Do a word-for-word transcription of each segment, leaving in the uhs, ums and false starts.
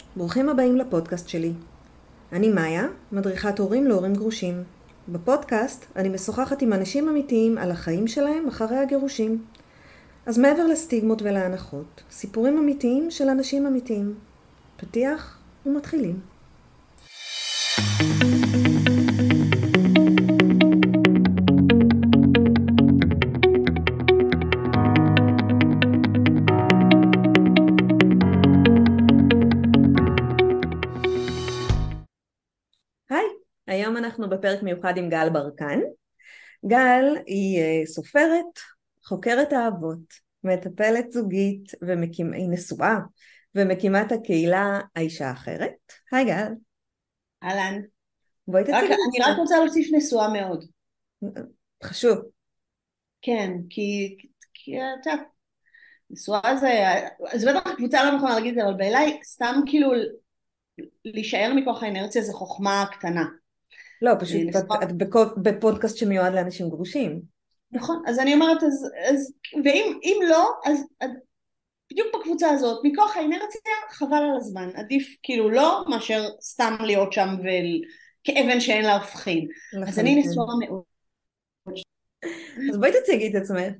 ברוכים הבאים לפודקאסט שלי. אני מאיה, מדריכת הורים להורים גרושים. בפודקאסט אני משוחחת עם אנשים אמיתיים על החיים שלהם אחרי הגירושים. אז מעבר לסטיגמות ולהנחות, סיפורים אמיתיים של אנשים אמיתיים. פתיח ומתחילים. היי, היום אנחנו בפרק מיוחד עם גל ברקן. גל היא אה, סופרת, חוקרת אהבות, מטפלת זוגית והיא נשואה ומקימת הקהילה האישה האחרת. היי גל. אהלן. בואי רק, תציגי את אני רק עצמך. רוצה להוסיף נשואה מאוד. חשוב. כן, כי, כי את יודעת, נשואה זה, זה בטח קבוצה לא נכונה להגיד את זה, אבל בעיניי סתם כאילו להישאר מכוח האינרציה זה חוכמה קטנה. לא, פשוט אה, את, נשואה, את בקו- בפודקאסט שמיועד לאנשים גרושים. נכון, אז אני אומרת, אז, אז ואם אם לא, אז אז בדיוק בקבוצה הזאת, מכוח האינרציה, חבל על הזמן. עדיף כאילו לא, מאשר סתם להיות שם וכאבן שאין לה הופכין. אז אני לחלוטין. נשואה מאוד. אז בואי תציגי את עצמך.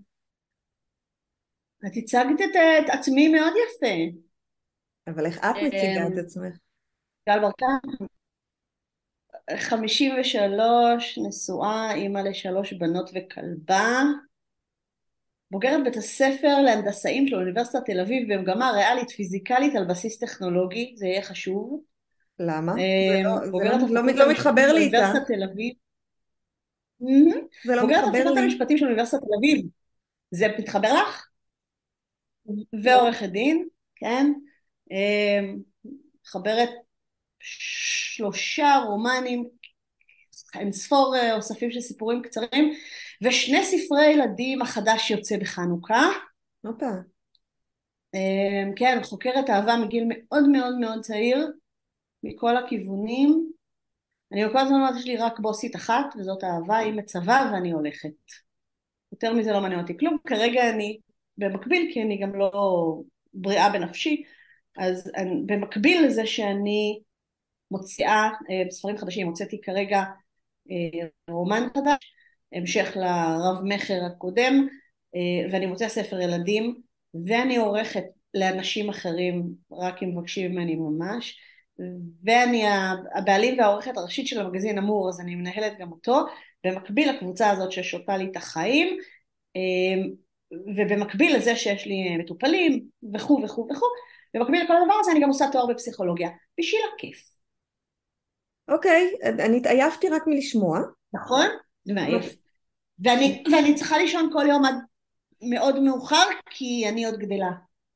את הצגת את, את עצמי מאוד יפה. אבל איך את מציגה את אמ, עצמך? גל ברקן, חמישים ושלוש, נשואה, אימא לשלוש בנות וכלבה, בוגרת בית הספר להנדסאים של אוניברסיטת תל אביב במגמה ריאלית פיזיקלית על בסיס טכנולוגי, זה יהיה חשוב. למה? זה אמ, לא, זה לא, בוגרת לא, הפקולטה לא למשפטים מתחבר של לי איתה. אוניברסיטת תל אביב. מהמם. זה לא בוגרת מתחבר הפקולטה לי. למשפטים של אוניברסיטת תל אביב, זה מתחבר לך? לא. ועורכת דין, כן. אמ, מחברת שלושה רומנים, אין ספור אה, אוספים של סיפורים קצרים, ושני ספרי ילדים החדש יוצא בחנוכה. הופה. אה, כן, חוקרת אהבה מגיל מאוד מאוד מאוד צעיר, מכל הכיוונים. אני כל הזמן אומרת, יש לי רק בוסית אחת, וזאת אהבה, היא מצווה ואני הולכת. יותר מזה לא מעניין אותי כלום. כרגע אני במקביל, כי אני גם לא בריאה בנפשי, אז אני, במקביל לזה שאני מוציאה אה, בספרים חדשים, הוצאתי כרגע אה, רומן חדש, המשך לרב מחר הקודם, אה, ואני מוצאה ספר ילדים, ואני עורכת לאנשים אחרים, רק אם מבקשים ממני ממש, ואני הבעלים והעורכת הראשית של המגזין אמור, אז אני מנהלת גם אותו, במקביל לקבוצה הזאת ששותה לי את החיים, אה, ובמקביל לזה שיש לי מטופלים, וכו' וכו' וכו', במקביל לכל הדבר הזה אני גם עושה תואר בפסיכולוגיה, בשביל הכיף. אוקיי, אני התעייפתי רק מלשמוע. נכון? זה אבל- מעייף. ואני, ואני צריכה לישון כל יום עד מאוד מאוחר, כי אני עוד גדלה.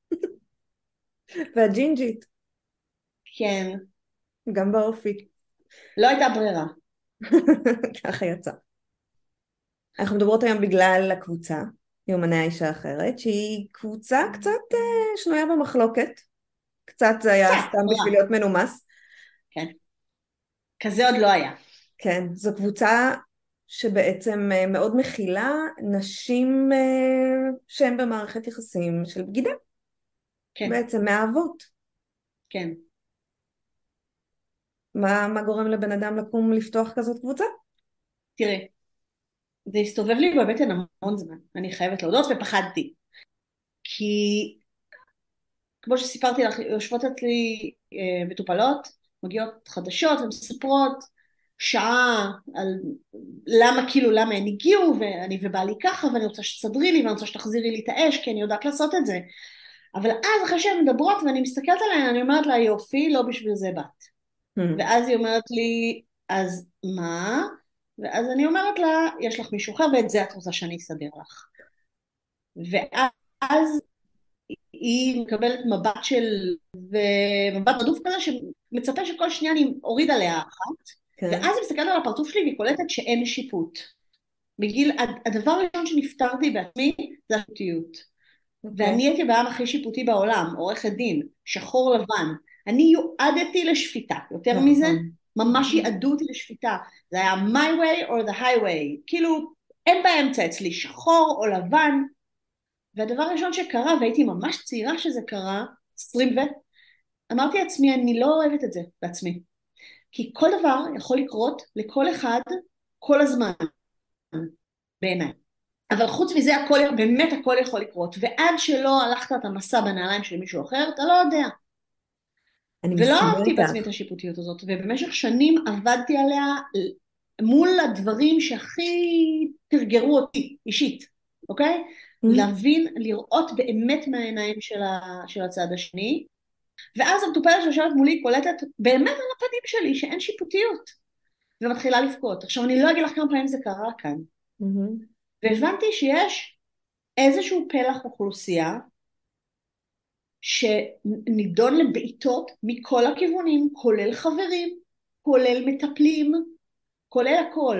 והג'ינג'ית, כן, גם באופי. לא הייתה ברירה. ככה יצא. אנחנו מדברות היום בגלל הקבוצה, יומני האישה האחרת, שהיא קבוצה קצת אה, שנויה במחלוקת. קצת זה היה קצת, סתם לא בשביל רע. להיות מנומס. כן, כזה עוד לא היה. כן, זו קבוצה שבעצם אה, מאוד מכילה נשים אה, שהן במערכת יחסים של בגידה, כן, בעצם מאהבות. כן. מה, מה גורם לבן אדם לקום לפתוח כזאת קבוצה? תראה, זה הסתובב לי בבטן המון זמן, אני חייבת להודות, ופחדתי. כי כמו שסיפרתי לך, יושבות אצלי אה, מטופלות, מגיעות חדשות ומספרות שעה על למה כאילו למה הן הגיעו, ואני ובא לי ככה, ואני רוצה שתסדרי לי, ואני רוצה שתחזירי לי את האש, כי אני יודעת לעשות את זה. אבל אז אחרי שהן מדברות ואני מסתכלת עליהן, אני אומרת לה, יופי, לא בשביל זה באת. Hmm. ואז היא אומרת לי, אז מה? ואז אני אומרת לה, יש לך מישהו אחר, ואת זה את רוצה שאני אסדר לך. ואז היא מקבלת מבט של, ומבט רדוף כזה שמצפה שכל שנייה אני אוריד עליה אחת, כן. ואז היא מסתכלת על הפרצוף שלי והיא קולטת שאין שיפוט. בגיל, הדבר הראשון שנפטרתי בעצמי זה השיפוטיות. אוקיי. ואני הייתי בעם הכי שיפוטי בעולם, עורכת דין, שחור לבן. אני יועדתי לשפיטה, יותר מזה, נכון. ממש נכון. יעדו אותי לשפיטה. זה היה my way or the highway, כאילו אין באמצע אצלי, שחור או לבן. והדבר הראשון שקרה, והייתי ממש צעירה שזה קרה, עשרים ו... אמרתי לעצמי, אני לא אוהבת את זה בעצמי. כי כל דבר יכול לקרות לכל אחד כל הזמן, בעיניי. אבל חוץ מזה, הכל, באמת הכל יכול לקרות. ועד שלא הלכת את המסע בנעליים של מישהו אחר, אתה לא יודע. אני ולא מסכימה אהבתי בעצמי את איתך. השיפוטיות הזאת, ובמשך שנים עבדתי עליה מול הדברים שהכי תרגרו אותי, אישית, אוקיי? Mhm. להבין, לראות באמת מהעיניים של, ה, של הצד השני, ואז המטופלת שיושבת מולי קולטת באמת על הפנים שלי שאין שיפוטיות, ומתחילה לבכות. עכשיו אני לא אגיד לך כמה פעמים זה קרה כאן, Mhm. והבנתי שיש איזשהו פלח אוכלוסייה, שנידון לבעיטות מכל הכיוונים, כולל חברים, כולל מטפלים, כולל הכל.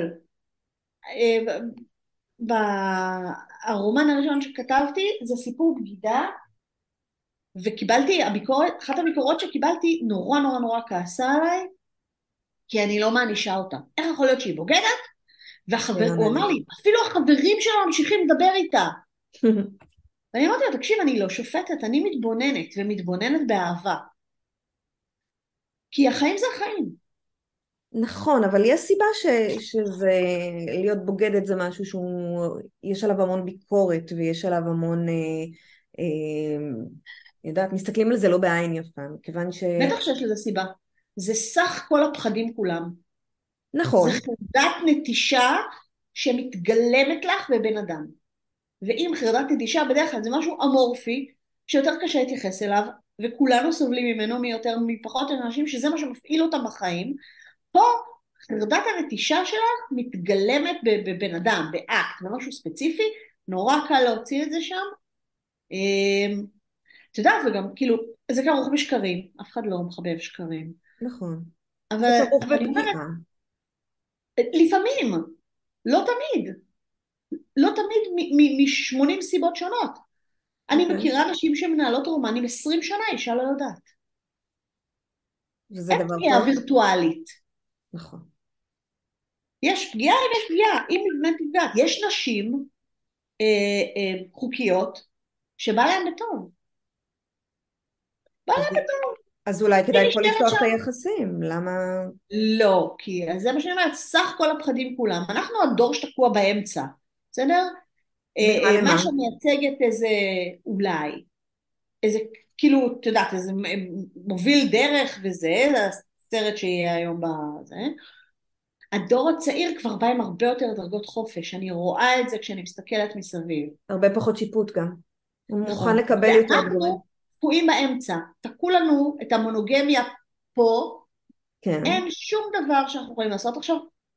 ברומן הראשון שכתבתי זה סיפור בגידה, וקיבלתי, הביקורת, אחת הביקורות שקיבלתי נורא נורא נורא כעסה עליי, כי אני לא מענישה אותה. איך יכול להיות שהיא בוגדת? זה והחבר, לא הוא אמר נעניש. לי, אפילו החברים שלו ממשיכים לדבר איתה. ואני אמרתי לו, תקשיב, אני לא שופטת, אני מתבוננת, ומתבוננת באהבה. כי החיים זה החיים. נכון, אבל יש סיבה ש, שזה, להיות בוגדת זה משהו שהוא, יש עליו המון ביקורת ויש עליו המון, אה, אה, יודעת, מסתכלים על זה לא בעין יפה, כיוון ש... בטח שיש לזה סיבה. זה סך כל הפחדים כולם. זה נכון, חרדת נטישה שמתגלמת לך בבן אדם. ואם חרדת נטישה בדרך כלל זה משהו אמורפי, שיותר קשה להתייחס אליו, וכולנו סובלים ממנו מיותר מפחות אנשים שזה מה שמפעיל אותם בחיים. פה חרדת הנטישה שלך מתגלמת בבן אדם, באקט, במשהו ספציפי, נורא קל להוציא את זה שם. אמ, את יודעת, וגם כאילו, זה כרוך בשקרים, אף אחד לא מחבב שקרים. נכון. זה אבל, כרוך אבל אני אומרת, בפגיעה. לפעמים, לא תמיד, לא תמיד מ-שמונים סיבות שונות. אני אוקיי. מכירה נשים שמנהלות רומנים עשרים שנה, אישה לא יודעת. וזה אין דבר פגיעה טוב? וירטואלית. נכון. יש פגיעה אם יש פגיעה, אם באמת נפגעת. יש נשים אה, אה, חוקיות שבא להן בטוב. בא אז, להן בטוב. אז אולי היא כדאי פה נשארת לפתוח את שם. היחסים, למה... לא, כי אז זה מה שאני אומרת, סך כל הפחדים כולם. אנחנו הדור שתקוע באמצע, בסדר? אה, במה אה, מה למה? שמייצגת איזה, אולי, איזה, כאילו, את יודעת, איזה מוביל דרך וזה, זה הסרט שיהיה היום בזה. הדור הצעיר כבר בא עם הרבה יותר דרגות חופש, אני רואה את זה כשאני מסתכלת מסביב. הרבה פחות שיפוט גם. הוא מוכן נכון. לקבל יותר דברים. ואנחנו תקועים באמצע. תקעו לנו את המונוגמיה פה, כן. אין שום דבר שאנחנו יכולים לעשות עכשיו.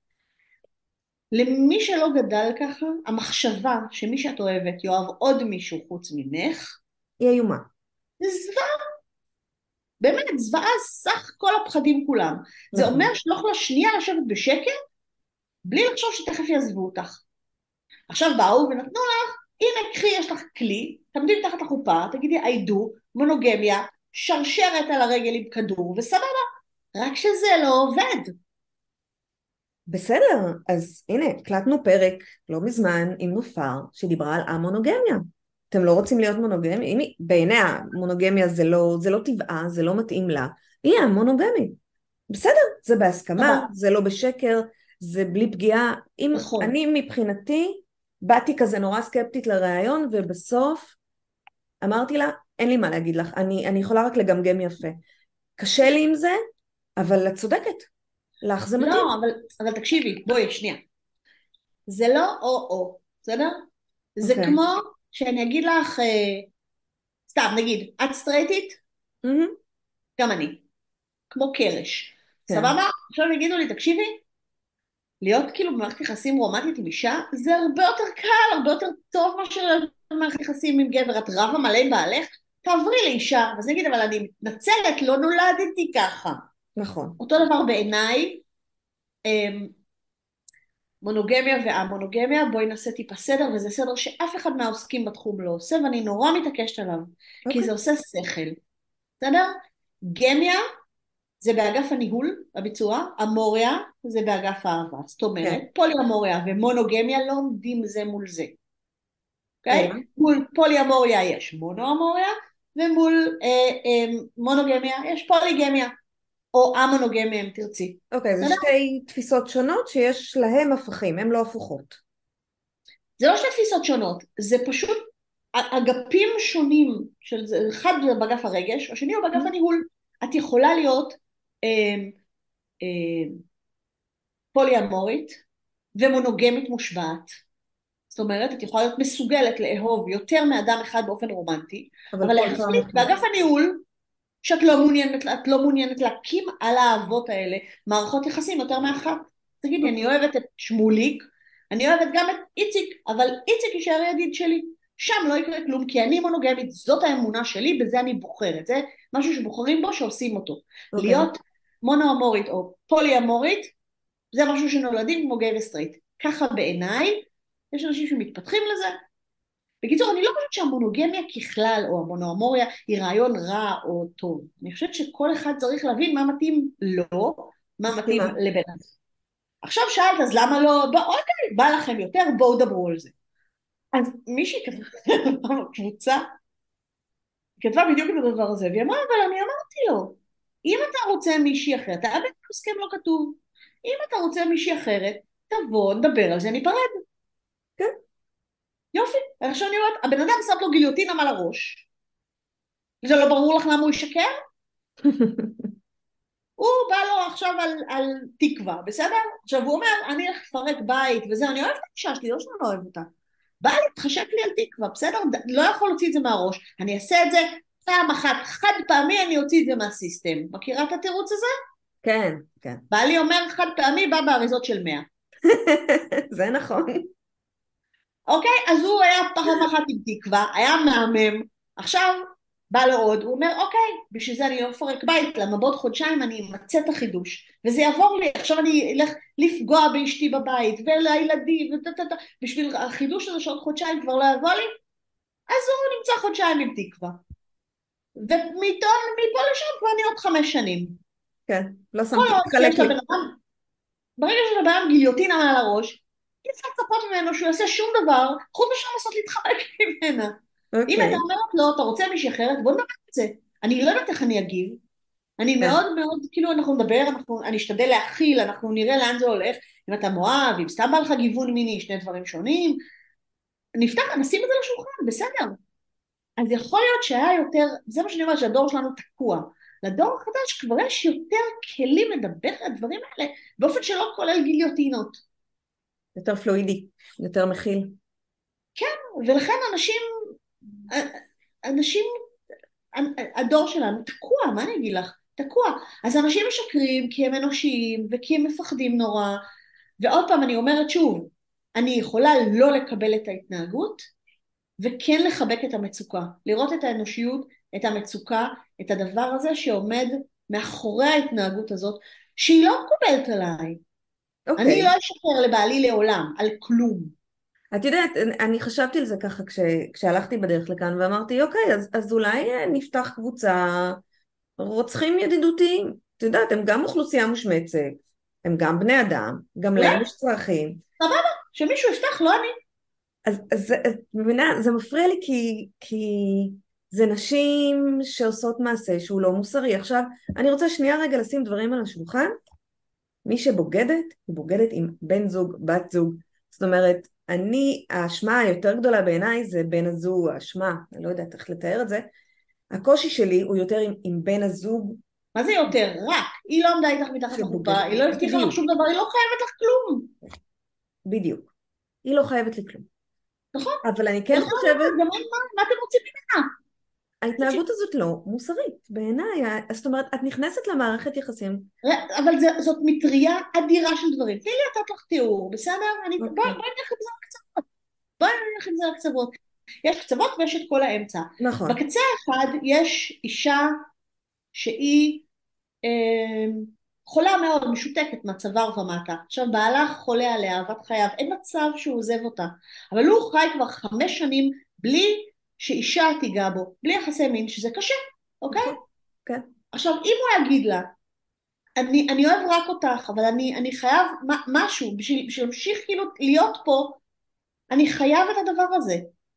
למי שלא גדל ככה, המחשבה שמי שאת אוהבת יאהב עוד מישהו חוץ ממך, היא איומה. זה זוועה, באמת זוועה סך כל הפחדים כולם. זה אומר נכון. שלא יכולה שנייה לשבת בשקט, בלי לחשוב שתכף יעזבו אותך. עכשיו באו ונתנו לך, הנה קחי, יש לך כלי, תמדי מתחת לחופה, תגידי I do, מונוגמיה, שרשרת על הרגל עם כדור, וסבבה, רק שזה לא עובד. בסדר, אז הנה, הקלטנו פרק לא מזמן עם נופר שדיברה על המונוגמיה. אתם לא רוצים להיות מונוגמיה? אם היא, בעיניה מונוגמיה זה לא, זה לא טבעה, זה לא מתאים לה, היא המונוגמית. בסדר, זה בהסכמה, אבל, זה לא בשקר, זה בלי פגיעה. אם נכון. אני מבחינתי באתי כזה נורא סקפטית לרעיון, ובסוף אמרתי לה, אין לי מה להגיד לך, אני, אני יכולה רק לגמגם יפה. קשה לי עם זה, אבל את צודקת, לך זה מתאים. לא, אבל, אבל תקשיבי, בואי, שנייה. זה לא או-או, בסדר? זה אוקיי. כמו שאני אגיד לך, אה, סתם, נגיד, את סטרייטית? מהמם. גם אני. כמו קרש. כן. סבבה? עכשיו יגידו לי, תקשיבי, להיות כאילו במערכת יחסים רומנטית עם אישה, זה הרבה יותר קל, הרבה יותר טוב מאשר להיות במערכת יחסים עם גבר. את רבה מלא עם בעלך, תעברי לאישה. אז אני אגיד, אבל אני מתנצלת, לא נולדתי ככה. נכון. אותו דבר בעיניי, אמ, מונוגמיה והמונוגמיה, בואי נעשה טיפה סדר, וזה סדר שאף אחד מהעוסקים בתחום לא עושה, ואני נורא מתעקשת עליו, כי אוקיי. זה עושה שכל. בסדר? גמיה זה באגף הניהול, הביצוע, אמוריה זה באגף האהבה. זאת אומרת, כן. פולי אמוריה ומונוגמיה לא עומדים זה מול זה. אלא? אוקיי? מול פולי אמוריה יש מונו אמוריה, ומול אה, אה, מונוגמיה יש פוליגמיה, או המונוגמיה אם תרצי. אוקיי, זה בסדר? שתי תפיסות שונות שיש להם הפכים, הן לא הפוכות. זה לא שתי תפיסות שונות, זה פשוט אגפים שונים של זה, אחד באגף הרגש, השני הוא באגף הניהול. את יכולה להיות אה, אה, פולי אמורית ומונוגמית מושבעת. זאת אומרת, את יכולה להיות מסוגלת לאהוב יותר מאדם אחד באופן רומנטי, אבל אבל כל פעם להחליט את... באגף הניהול שאת לא מעוניינת, את לא מעוניינת להקים על האהבות האלה מערכות יחסים יותר מאחת. תגידי, אני אוהבת את שמוליק, אני אוהבת גם את איציק, אבל איציק יישאר ידיד שלי. שם לא יקרה כלום, כי אני מונוגמית, זאת האמונה שלי, בזה אני בוחרת. זה משהו שבוחרים בו, שעושים אותו. אוקיי. להיות מונו-אמורית או פולי-אמורית, זה משהו שנולדים כמו גיי וסטרייט. ככה בעיניי, יש אנשים שמתפתחים לזה. בקיצור, אני לא חושבת שהמונוגמיה ככלל, או המונואמוריה, היא רעיון רע או טוב. אני חושבת שכל אחד צריך להבין מה מתאים לו, מה מתאים מסכימה. לבן אדם. עכשיו שאלת, אז למה לא? בוא, אוקיי, בא לכם יותר, בואו דברו על זה. אז מישהי כתבה בקבוצה, כתבה בדיוק את הדבר הזה, והיא אמרה, אבל אני אמרתי לו, אם אתה רוצה מישהי אחרת, אתה בטח הסכם לא כתוב, אם אתה רוצה מישהי אחרת, תבוא, נדבר על זה, ניפרד. כן. יופי. עכשיו אני אומרת, הבן אדם שם לו גיליוטינה מעל הראש, זה לא ברור לך למה הוא ישקר? הוא בא לו עכשיו על, על תקווה, בסדר? עכשיו הוא אומר, אני הולך לפרק בית וזה, אני אוהבת את האישה שלי, לא שאני לא אוהב אותה. בא לי, תחשק לי על תקווה, בסדר? לא יכול להוציא את זה מהראש, אני אעשה את זה פעם אחת, חד פעמי אני אוציא את זה מהסיסטם. מכירה את התירוץ הזה? כן, כן. בא לי אומר חד פעמי, בא באריזות של מאה. זה נכון. אוקיי? אז הוא היה פעם אחת עם תקווה, היה מהמם, עכשיו בא לו עוד, הוא אומר, אוקיי, בשביל זה אני לא מפרק בית, למה בעוד חודשיים אני אמצא את החידוש, וזה יעבור לי, עכשיו אני אלך לפגוע באשתי בבית, ולילדים, וטטטט, בשביל החידוש הזה שעוד חודשיים כבר לא יבוא לי, אז הוא נמצא חודשיים עם תקווה. ומפה מפה לשם כבר אני עוד חמש שנים. כן, לא כל שמתי, עוד תחלק שיש לי. לבן אדם, ברגע שלבן אדם גיליוטינה מעל הראש, אי אפשר לצפות ממנו שהוא יעשה שום דבר, חוץ משם לעשות להתחמק ממנה. אם אתה אוקיי. אומרת לו, אתה רוצה מישהי אחרת, בוא נדבר על זה. אני לא יודעת איך אני אגיב, אני כן. מאוד מאוד, כאילו אנחנו נדבר, אנחנו, אני אשתדל להכיל, אנחנו נראה לאן זה הולך, אם אתה מואב, אם סתם בא לך גיוון מיני, שני דברים שונים, נפתח, נשים את זה לשולחן, בסדר. אז יכול להיות שהיה יותר, זה מה שאני אומרת, שהדור שלנו תקוע. לדור החדש כבר יש יותר כלים לדבר על הדברים האלה, באופן שלא כולל גיליוטינות. יותר פלואידי, יותר מכיל. ולכן אנשים, אנשים, הדור שלנו תקוע, מה אני אגיד לך? תקוע. אז אנשים משקרים כי הם אנושיים וכי הם מפחדים נורא. ועוד פעם אני אומרת שוב, אני יכולה לא לקבל את ההתנהגות וכן לחבק את המצוקה. לראות את האנושיות, את המצוקה, את הדבר הזה שעומד מאחורי ההתנהגות הזאת, שהיא לא מקובלת עליי. אני אוקיי. לא אשקר לבעלי לעולם, על כלום. את יודעת, אני חשבתי על זה ככה כש, כשהלכתי בדרך לכאן ואמרתי, אוקיי, אז, אז אולי אה, נפתח קבוצה רוצחים ידידותיים. את יודעת, הם גם אוכלוסייה מושמצת, הם גם בני אדם, גם אולי? להם יש צרכים. סבבה, שמישהו יפתח, לא אני. אז, אז את מבינה, זה מפריע לי כי, כי זה נשים שעושות מעשה שהוא לא מוסרי. עכשיו, אני רוצה שנייה רגע לשים דברים על השולחן. מי שבוגדת, היא בוגדת עם בן זוג, בת זוג. זאת אומרת, אני, האשמה היותר גדולה בעיניי זה בן הזוג, האשמה, אני לא יודעת איך לתאר את זה. הקושי שלי הוא יותר עם, עם בן הזוג. מה זה יותר? רק. היא לא עמדה איתך מתחת לחופה, שבוגד. היא לא הבטיחה לך בדיוק, שום דבר, היא לא חייבת לך כלום. בדיוק. היא לא חייבת לי כלום. נכון? אבל אני כן ולכן אני חושבת, אומרת, גם אין מה, מה אתם רוצים ממנה? ההתנהגות הזאת לא מוסרית בעיניי. זאת אומרת, את נכנסת למערכת יחסים. אבל זה, זאת מטריה אדירה של דברים. תני לי לתת לך תיאור, בסדר? אני, בואי אוקיי. בוא נלך עם זה לקצוות. בואי נלך עם זה לקצוות. יש קצוות ויש את כל האמצע. נכון. בקצה האחד יש אישה שהיא אה, חולה מאוד, משותקת מהצוואר ומטה. עכשיו בעלה חולה עליה, אהבת חייו, אין מצב שהוא עוזב אותה. אבל הוא חי כבר חמש שנים בלי שאישה תיגע בו, בלי יחסי מין, שזה קשה, אוקיי? נכון. כן. עכשיו אם הוא יגיד לה, אני, אני אוהב רק אותך, אבל אני, אני חייב משהו, בשביל, בשביל להמשיך כאילו להיות פה, אני חייב את הדבר הזה.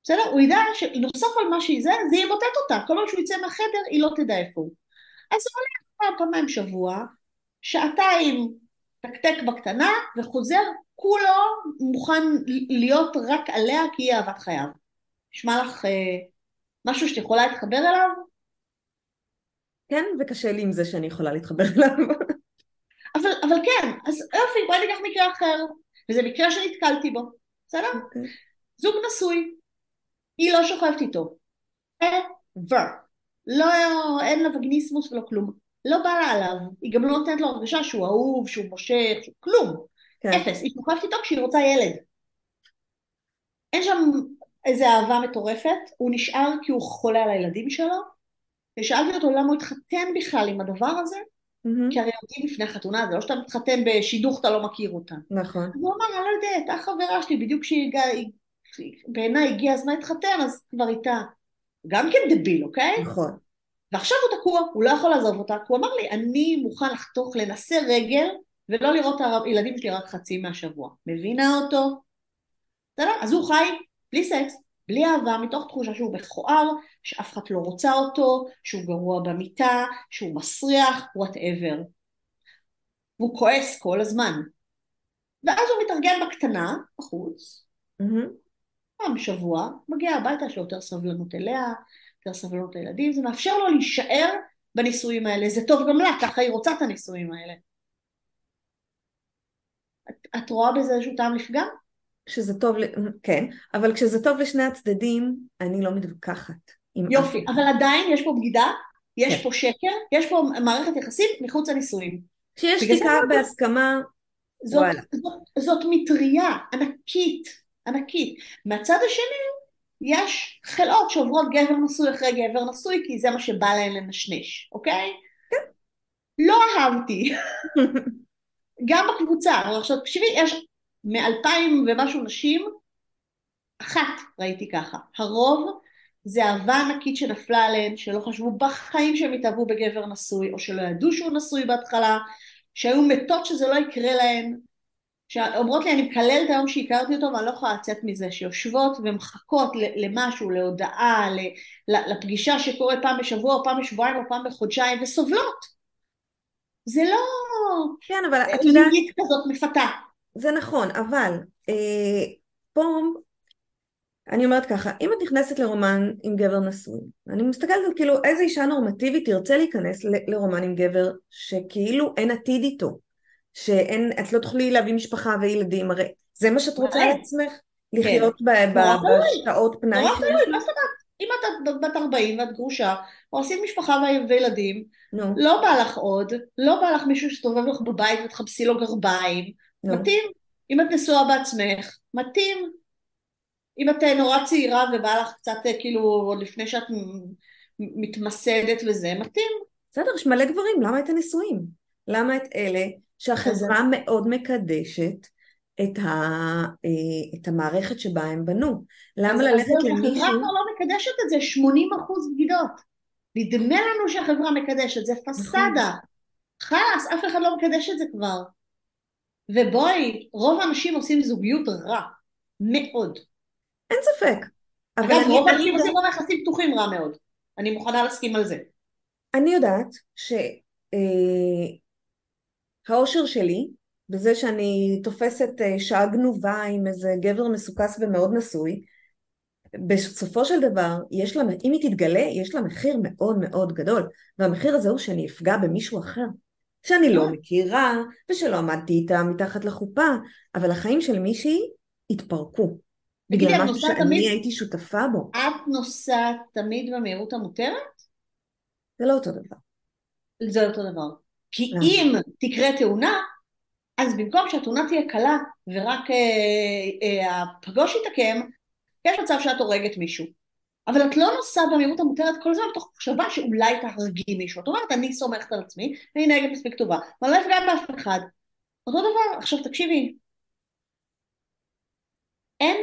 בסדר? הוא ידע שנוסף על מה שהיא זה, זה ימוטט אותה. כל פעם שהוא יצא מהחדר, היא לא תדע איפה הוא. אז הוא הולך פעם, פעמיים שבוע, שעתיים תקתק בקטנה, וחוזר כולו מוכן להיות רק עליה, כי היא אהבת חייו. נשמע לך אה, משהו שאת יכולה להתחבר אליו? כן, וקשה לי עם זה שאני יכולה להתחבר אליו. אבל, אבל כן, אז יופי, בואי ניקח מקרה אחר, וזה מקרה שנתקלתי בו, בסדר? אוקיי. זוג נשוי, היא לא שוכבת איתו, ever, לא, אין לה וגניסמוס ולא כלום, לא בא לה עליו, היא גם לא נותנת לו הרגשה שהוא אהוב, שהוא מושך, שהוא כלום, כן. אפס, היא שוכבת איתו כשהיא רוצה ילד, אין שם איזה אהבה מטורפת, הוא נשאר כי הוא חולה על הילדים שלו, ושאלתי אותו למה הוא התחתן בכלל עם הדבר הזה, מהמם. כי הרי יודעים לפני החתונה, זה לא שאתה מתחתן בשידוך, אתה לא מכיר אותה. נכון. אז הוא אמר, אני לא יודע, הייתה חברה שלי, בדיוק כשהיא הגיעה, בעיניי הגיע הזמן להתחתן, אז כבר איתה. גם כן דביל, אוקיי? נכון. ועכשיו הוא תקוע, הוא לא יכול לעזוב אותה, כי הוא אמר לי, אני מוכן לחתוך, לנסה רגל, ולא לראות את הילדים שלי רק חצי מהשבוע. מבינה אותו? בסדר? אז הוא חי בלי סקס, בלי אהבה, מתוך תחושה שהוא מכוער, שאף אחד לא רוצה אותו, שהוא גרוע במיטה, שהוא מסריח, whatever. והוא כועס כל הזמן. ואז הוא מתארגן בקטנה, בחוץ, מהמם. פעם בשבוע, מגיע הביתה, יש לו יותר סבלנות אליה, יותר סבלנות לילדים, זה מאפשר לו להישאר בנישואים האלה, זה טוב גם לה, ככה היא רוצה את הנישואים האלה. את, את רואה בזה איזשהו טעם לפגם? שזה טוב, ל... כן, אבל כשזה טוב לשני הצדדים, אני לא מתווכחת עם אף יופי, אחד. אבל עדיין יש פה בגידה, יש כן. פה שקר, יש פה מערכת יחסים מחוץ לנישואים. כשיש בגלל זה שתיקה בהסכמה, זאת, וואלה. זאת, זאת מטריה ענקית, ענקית. מהצד השני, יש חלאות שעוברות גבר נשוי אחרי גבר נשוי, כי זה מה שבא להן לנשנש, אוקיי? לא אהבתי, גם בקבוצה, אבל עכשיו תקשיבי, יש מאלפיים ומשהו נשים, אחת ראיתי ככה, הרוב זה אהבה ענקית שנפלה עליהן, שלא חשבו בחיים שהם יתאהבו בגבר נשוי, או שלא ידעו שהוא נשוי בהתחלה, שהיו מתות שזה לא יקרה להן, שאומרות לי, אני מקללת היום שהכרתי אותו, ואני לא יכולה לצאת מזה, שיושבות ומחכות למשהו, להודעה, לפגישה שקורית פעם בשבוע, או פעם בשבועיים, או פעם בחודשיים, וסובלות. זה לא כן, אבל את יודעת, ליגית כזאת מפתה. זה נכון, אבל אה, פה אני אומרת ככה, אם את נכנסת לרומן עם גבר נשוי, אני מסתכלת על כאילו איזה אישה נורמטיבית תרצה להיכנס ל- לרומן עם גבר שכאילו אין עתיד איתו, שאין, את לא תוכלי להביא משפחה וילדים, הרי זה מה שאת רוצה מלא. לעצמך, כן. לחיות ב- נורא ב- תלוי. בשעות פנאי נורא שיש תלוי. מה לך? זאת אומרת? אם את בת ארבעים ואת גרושה, או עשית משפחה וילדים, נו, לא בא לך עוד, לא בא לך מישהו שתובב לך בבית ותחפשי לו גרביים, נו. מתאים. אם את נשואה בעצמך, מתאים. אם את נורא צעירה ובא לך קצת כאילו עוד לפני שאת מתמסדת וזה, מתאים. בסדר, יש מלא גברים, למה את הנשואים? למה את אלה אז שהחברה מאוד מקדשת את, ה, אה, את המערכת שבה הם בנו? למה אז, אז ללכת זהו, החברה למישהו? כבר לא מקדשת את זה, שמונים אחוז בגידות. נדמה לנו שהחברה מקדשת, זה נכון, פסאדה. חלאס, אף אחד לא מקדש את זה כבר. ובואי, רוב האנשים עושים זוגיות רע. מאוד. אין ספק. אבל אגב, אני, רוב אני האנשים יודעת, עושים גם יחסים פתוחים רע מאוד. אני מוכנה להסכים על זה. אני יודעת שהאושר שלי, בזה שאני תופסת אה, שעה גנובה עם איזה גבר מסוכס ומאוד נשוי, בסופו של דבר, יש לה, אם היא תתגלה, יש לה מחיר מאוד מאוד גדול, והמחיר הזה הוא שאני אפגע במישהו אחר, שאני לא מכירה, ושלא עמדתי איתה מתחת לחופה, אבל החיים של מישהי התפרקו, תגידי, בגלל את משהו נוסעת שאני תמיד, הייתי שותפה בו. את נוסעת תמיד במהירות המותרת? זה לא אותו דבר. זה אותו דבר. כי למה? אם תקרה תאונה, אז במקום שהתאונה תהיה קלה, ורק אה, אה, הפגוש יתעקם, יש מצב שאת הורגת מישהו. אבל את לא נוסעת במהירות המותרת כל הזמן בתוך מחשבה שאולי תהרגי מישהו. את אומרת, אני סומכת על עצמי, ואני נהגת מספיק טובה, ואני לא אפגע באף אחד. אותו דבר, עכשיו תקשיבי, אין,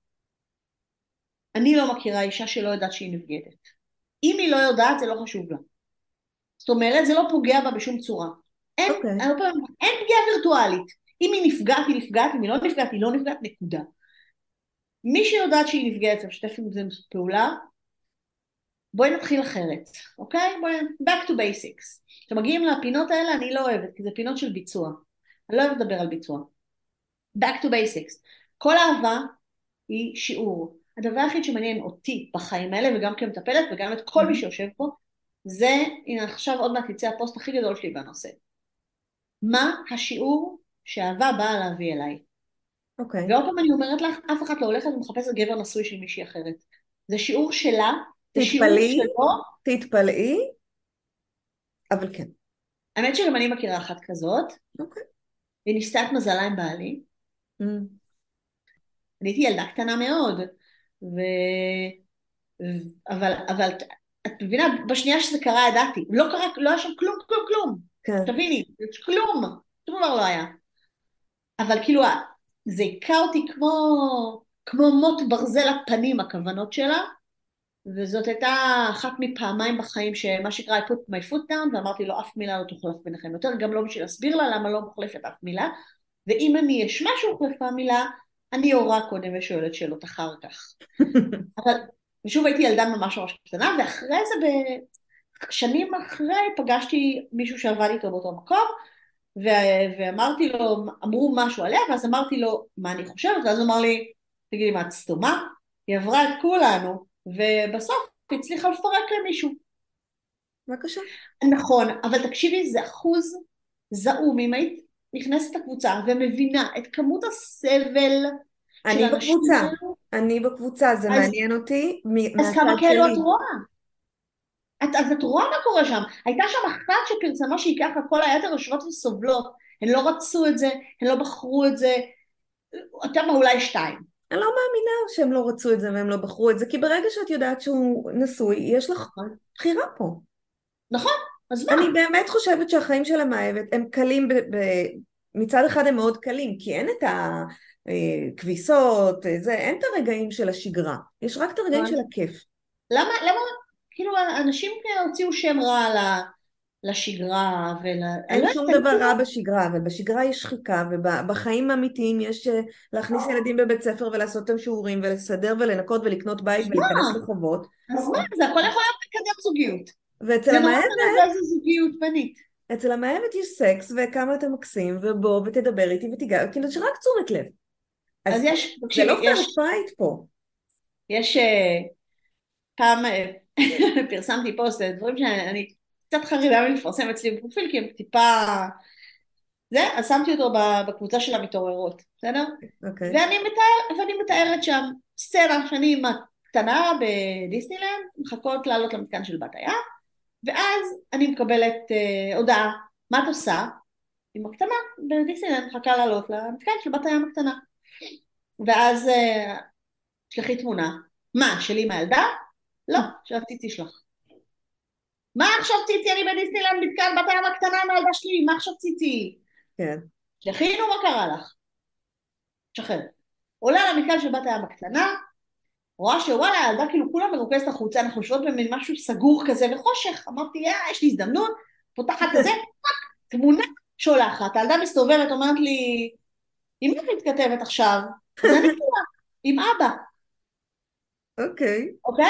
אני לא מכירה אישה שלא יודעת שהיא נבגדת. אם היא לא יודעת, זה לא חשוב לה. זאת אומרת, זה לא פוגע בה בשום צורה. אין, אוקיי. הרבה פעמים, אין פגיעה וירטואלית. אם היא נפגעת, היא נפגעת, אם היא לא נפגעת, היא לא נפגעת, נקודה. מי שיודעת שהיא נפגעת ומשתפת עם זה פעולה, בואי נתחיל אחרת, אוקיי? בואי, back to basics. כשמגיעים לפינות האלה אני לא אוהבת, כי זה פינות של ביצוע. אני לא אוהבת לדבר על ביצוע. back to basics. כל אהבה היא שיעור. הדבר היחיד שמעניין אותי בחיים האלה, וגם כמטפלת וגם את כל מי שיושב פה, זה, הנה עכשיו עוד מעט יצא הפוסט הכי גדול שלי בנושא. מה השיעור שאהבה באה להביא אליי? אוקיי. ועוד פעם אני אומרת לך, אף אחד לא הולכת ומחפשת גבר נשוי של מישהי אחרת. זה שיעור שלה, זה שיעור תתפלאי, שלו. תתפלאי, אבל כן. האמת שגם אני מכירה אחת כזאת. אוקיי. היא ניסתה את מזלה עם בעלי. Mm. אני הייתי ילדה קטנה מאוד. ו... אבל, אבל את מבינה, בשנייה שזה קרה ידעתי. לא קרה, לא היה שם כלום, כלום, כלום. כן. תביני, כלום. שום דבר לא היה. אבל כאילו, זה היכה אותי כמו, כמו מוט ברזל הפנים, הכוונות שלה. וזאת הייתה אחת מפעמיים בחיים שמה שקרה, I put my foot down, ואמרתי לו, אף מילה לא תוחלף ביניכם יותר, גם לא בשביל להסביר לה למה לא מוחלפת אף מילה, ואם אני אשמע שהוחלפה מילה, אני אורה קודם ושואלת שאלות אחר כך. אבל, ושוב הייתי ילדה ממש ממש קטנה, ואחרי זה, בשנים אחרי, פגשתי מישהו שעבד איתו באותו מקום, ו- ואמרתי לו, אמרו משהו עליה, ואז אמרתי לו, מה אני חושבת? ואז הוא אמר לי, תגידי, מה את סתומה? היא עברה את כולנו, ובסוף היא הצליחה לפרק למישהו. בבקשה. נכון, אבל תקשיבי, זה אחוז זעום, אם היית נכנסת לקבוצה ומבינה את כמות הסבל של אני אנשים בקבוצה, האלו, אני בקבוצה, זה אז, מעניין אותי מ- אז כמה מהצד כאלו את שלי. רואה? את, אז את רואה מה קורה שם. הייתה שם אחת שפרסמה שהיא ככה, כל היתר יושבות וסובלות. הן לא רצו את זה, הן לא בחרו את זה, יותר אולי שתיים. אני לא מאמינה שהם לא רצו את זה והם לא בחרו את זה, כי ברגע שאת יודעת שהוא נשוי, יש לך בחירה פה. נכון, אז מה? אני באמת חושבת שהחיים של המאהבת הם קלים, ב- ב- מצד אחד הם מאוד קלים, כי אין את הכביסות, זה, אין את הרגעים של השגרה, יש רק את הרגעים של הכיף. למה, למה, כאילו, אנשים הוציאו שם רע לשגרה, ול... אין לא שום יודעת, דבר כאילו... רע בשגרה, אבל בשגרה יש שחיקה, ובחיים האמיתיים יש אה, להכניס ילדים בבית ספר ולעשות אותם שיעורים, ולסדר ולנקות ולקנות בית אז ולהיכנס מה? לחובות. אז מה? זה הכל יכול להיות מקדם זוגיות. ואצל זה נורא המאהבת, תלוי באיזה זוגיות בנית. אצל המאהבת יש סקס, וכמה אתה מקסים, ובוא ותדבר איתי ותיגע, כאילו שרק תשומת לב. אז אז יש, זה לא תקשיבי, פייר יש, פייט פה. יש אה, פעם אה, פרסמתי פוסט, דברים שאני קצת חרדה מלפרסם אצלי בפרופיל, כי הם טיפה... זה, אז שמתי אותו בקבוצה של המתעוררות, בסדר? אוקיי. ואני, מתאר, ואני מתארת שם סצנה שאני עם הקטנה בדיסנילנד, מחכות לעלות למתקן של בת הים, ואז אני מקבלת אה, הודעה, מה את עושה? עם הקטנה בדיסנילנד, מחכה לעלות למתקן של בת הים הקטנה. ואז אה, שלחי תמונה. מה, שלי מהילדה? לא, של הציצי שלך. מה עכשיו ציצי? אני בדיסנילנד מתקן בת הים הקטנה מהילדה שלי, מה עכשיו ציצי? כן. שלחינו, מה קרה לך? שחרר. עולה למתקן של בת הים הקטנה, רואה שוואלה, הילדה כאילו כולה מרוכזת החוצה, אנחנו יושבות במין משהו סגור כזה וחושך, אמרתי, יא, יש לי הזדמנות, פותחת כזה, תמונה שולחת, הילדה מסתובבת, אומרת לי, עם מי את מתכתבת עכשיו? אז אני כאילו, עם אבא, אוקיי. אוקיי?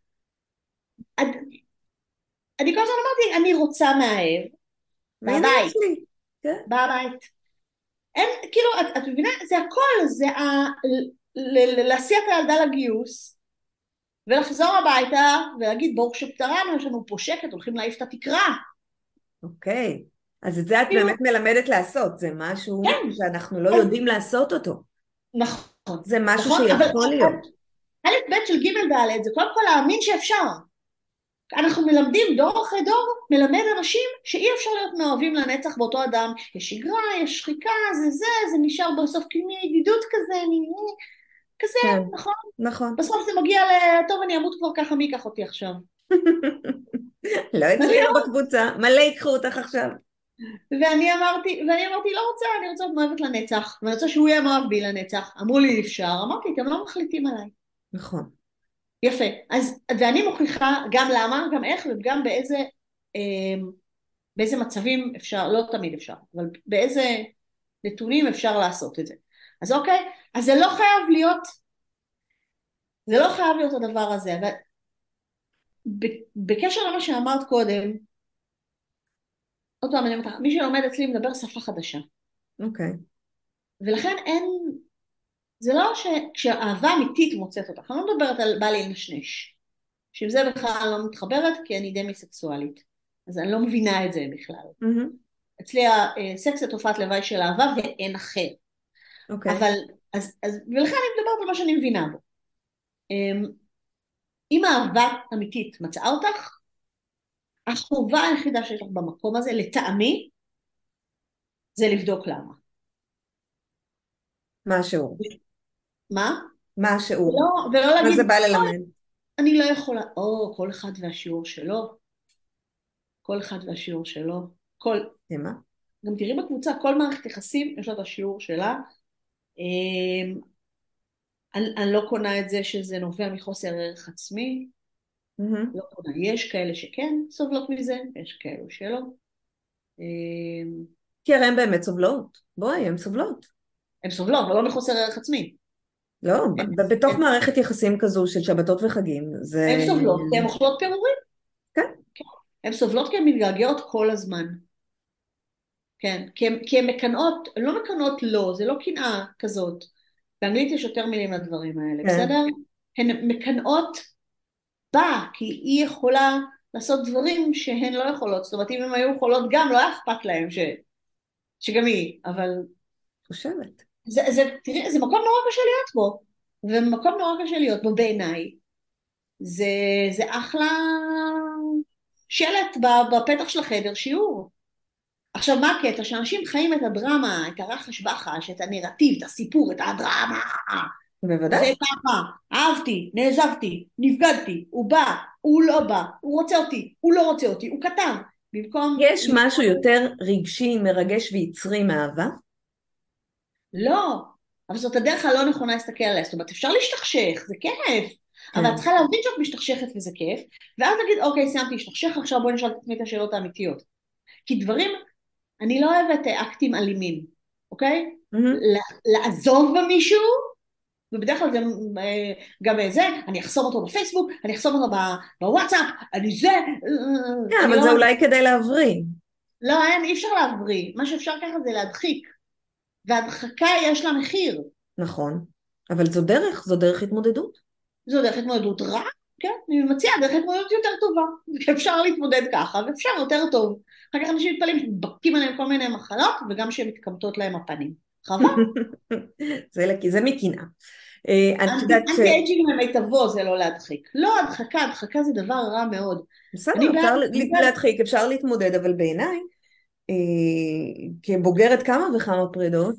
אני, אני כל הזמן אמרתי, אני רוצה מאהב, והנה יש בבית, לי. כן. בבית. אין, כאילו, את, את מבינה? זה הכל, זה ה... ל- ל- להסיע את הילדה לגיוס, ולחזור הביתה, ולהגיד, ברוך שפטרנו, יש לנו פה שקט, הולכים להעיף את התקרה. אוקיי. אז את זה את כאילו, באמת מלמדת לעשות, זה משהו כן, שאנחנו לא אז, יודעים לעשות אותו. נכון, זה משהו נכון, אבל שיכול להיות. א' ב' של ג' ד' זה קודם כל להאמין שאפשר. אנחנו מלמדים דור אחרי דור, מלמד אנשים שאי אפשר להיות מאוהבים לנצח באותו אדם. יש שגרה, יש שחיקה, זה זה, זה נשאר בסוף כמי ידידות כזה, אני, כזה, כן. נכון? נכון. בסוף זה מגיע ל... טוב, אני אמות כבר ככה, מי ייקח אותי עכשיו? לא ואני הצליח לא, בקבוצה, מלא ייקחו אותך עכשיו. ואני אמרתי, ואני אמרתי, לא רוצה, אני רוצה להיות מאוהבת לנצח, ואני רוצה שהוא יהיה מאוהב בי לנצח. אמרו לי, אפשר. אמרתי, אתם לא מחליטים עליי. נכון. יפה. אז, ואני מוכיחה גם למה, גם איך, וגם באיזה, אה, באיזה מצבים אפשר, לא תמיד אפשר, אבל באיזה נתונים אפשר לעשות את זה. אז אוקיי, אז זה לא חייב להיות זה לא חייב להיות הדבר הזה, אבל בקשר למה שאמרת קודם, עוד פעם אני אומרת, מי שלומד אצלי מדבר שפה חדשה. אוקיי. ולכן אין, זה לא שכשאהבה אמיתית מוצאת אותך, אני לא מדברת על בא לי לנשנש, שעם זה בכלל לא מתחברת, כי אני דמיסקסואלית. אז אני לא מבינה את זה בכלל. Mm-hmm. אצלי הסקס זה תופעת לוואי של אהבה ואין אחר. אוקיי. אבל, אז, אז, ולכן אני מדברת על מה שאני מבינה בו. אם האהבה אמיתית מצאה אותך, החובה היחידה שיש לך במקום הזה, לטעמי, זה לבדוק למה. מה השיעור? מה? מה השיעור? ולא, ולא מה זה להגיד, בא "אוי, ללמד? אני לא יכולה, או, כל אחד והשיעור שלו, כל אחד והשיעור שלו, כל, מה? גם תראי בקבוצה, כל מערכת יחסים יש לה את השיעור שלה. אמ, אני, אני לא קונה את זה שזה נובע מחוסר ערך עצמי, Mm-hmm. לא קונה. יש כאלה שכן סובלות מזה, יש כאלו שלא. אמ, כי הרי הן באמת סובלות. בואי, הן סובלות. הן סובלות, אבל לא מחוסר ערך עצמי. לא, הן, ב- בתוך הן, מערכת יחסים כזו של שבתות וחגים, זה... הן סובלות כי הן אוכלות פירורים. כן. כן. הן סובלות כי הן מתגעגעות כל הזמן. כן, כי הן, כי הן מקנאות, לא מקנאות לא, זה לא קנאה כזאת. באנגלית יש יותר מילים לדברים האלה, כן. בסדר? הן מקנאות בה, כי היא יכולה לעשות דברים שהן לא יכולות. זאת אומרת, אם הן היו יכולות גם, לא היה אכפת להן ש, שגם היא, אבל חושבת. זה, זה, תראי, זה מקום נורא קשה להיות בו, ומקום נורא קשה להיות בו בעיניי. זה, זה אחלה שלט בפתח של החדר, שיעור. עכשיו, מה הקטע? שאנשים חיים את הדרמה, את הרחש בחש, את הנרטיב, את הסיפור, את הדרמה. בוודאי. זה ככה, אהבתי, נעזבתי, נבגדתי, הוא בא, הוא לא בא, הוא רוצה אותי, הוא לא רוצה אותי, הוא כתב. במקום... יש משהו יותר רגשי, מרגש ויצרי מאהבה? לא, אבל זאת הדרך הלא נכונה להסתכל עליה. זאת אומרת, אפשר להשתכשך, זה כיף. אבל את כן. צריכה להבין שאת משתכשכת וזה כיף, ואז תגיד, אוקיי, סיימתי להשתכשך, עכשיו בואי נשאל את עצמי את השאלות האמיתיות. כי דברים, אני לא אוהבת אקטים אלימים, אוקיי? Mm-hmm. לעזוב במישהו, ובדרך כלל גם, גם זה, אני אחסום אותו בפייסבוק, אני אחסום אותו בוואטסאפ, אני זה, כן, אני אבל זה לא... אולי כדי להבריא. לא, אין, אי אפשר להבריא. מה שאפשר ככה זה להדחיק. והדחקה יש לה מחיר. נכון. אבל זו דרך, זו דרך התמודדות. זו דרך התמודדות רע, כן? אני מציעה דרך התמודדות יותר טובה. אפשר להתמודד ככה, ואפשר יותר טוב. אחר כך אנשים מתפלאים שבקים עליהם כל מיני מחלות, וגם שהן מתקמטות להם הפנים. חבל. זה, זה מקנאה. אה, את יודעת ש... אנטי אייג'ינג למיטבו זה לא להדחיק. לא, הדחקה, הדחקה זה דבר רע מאוד. בסדר, אני בעד, אפשר אני בעד, להדחיק, אפשר להתמודד, אבל בעיניי, אה, כבוגרת כמה וכמה פרידות,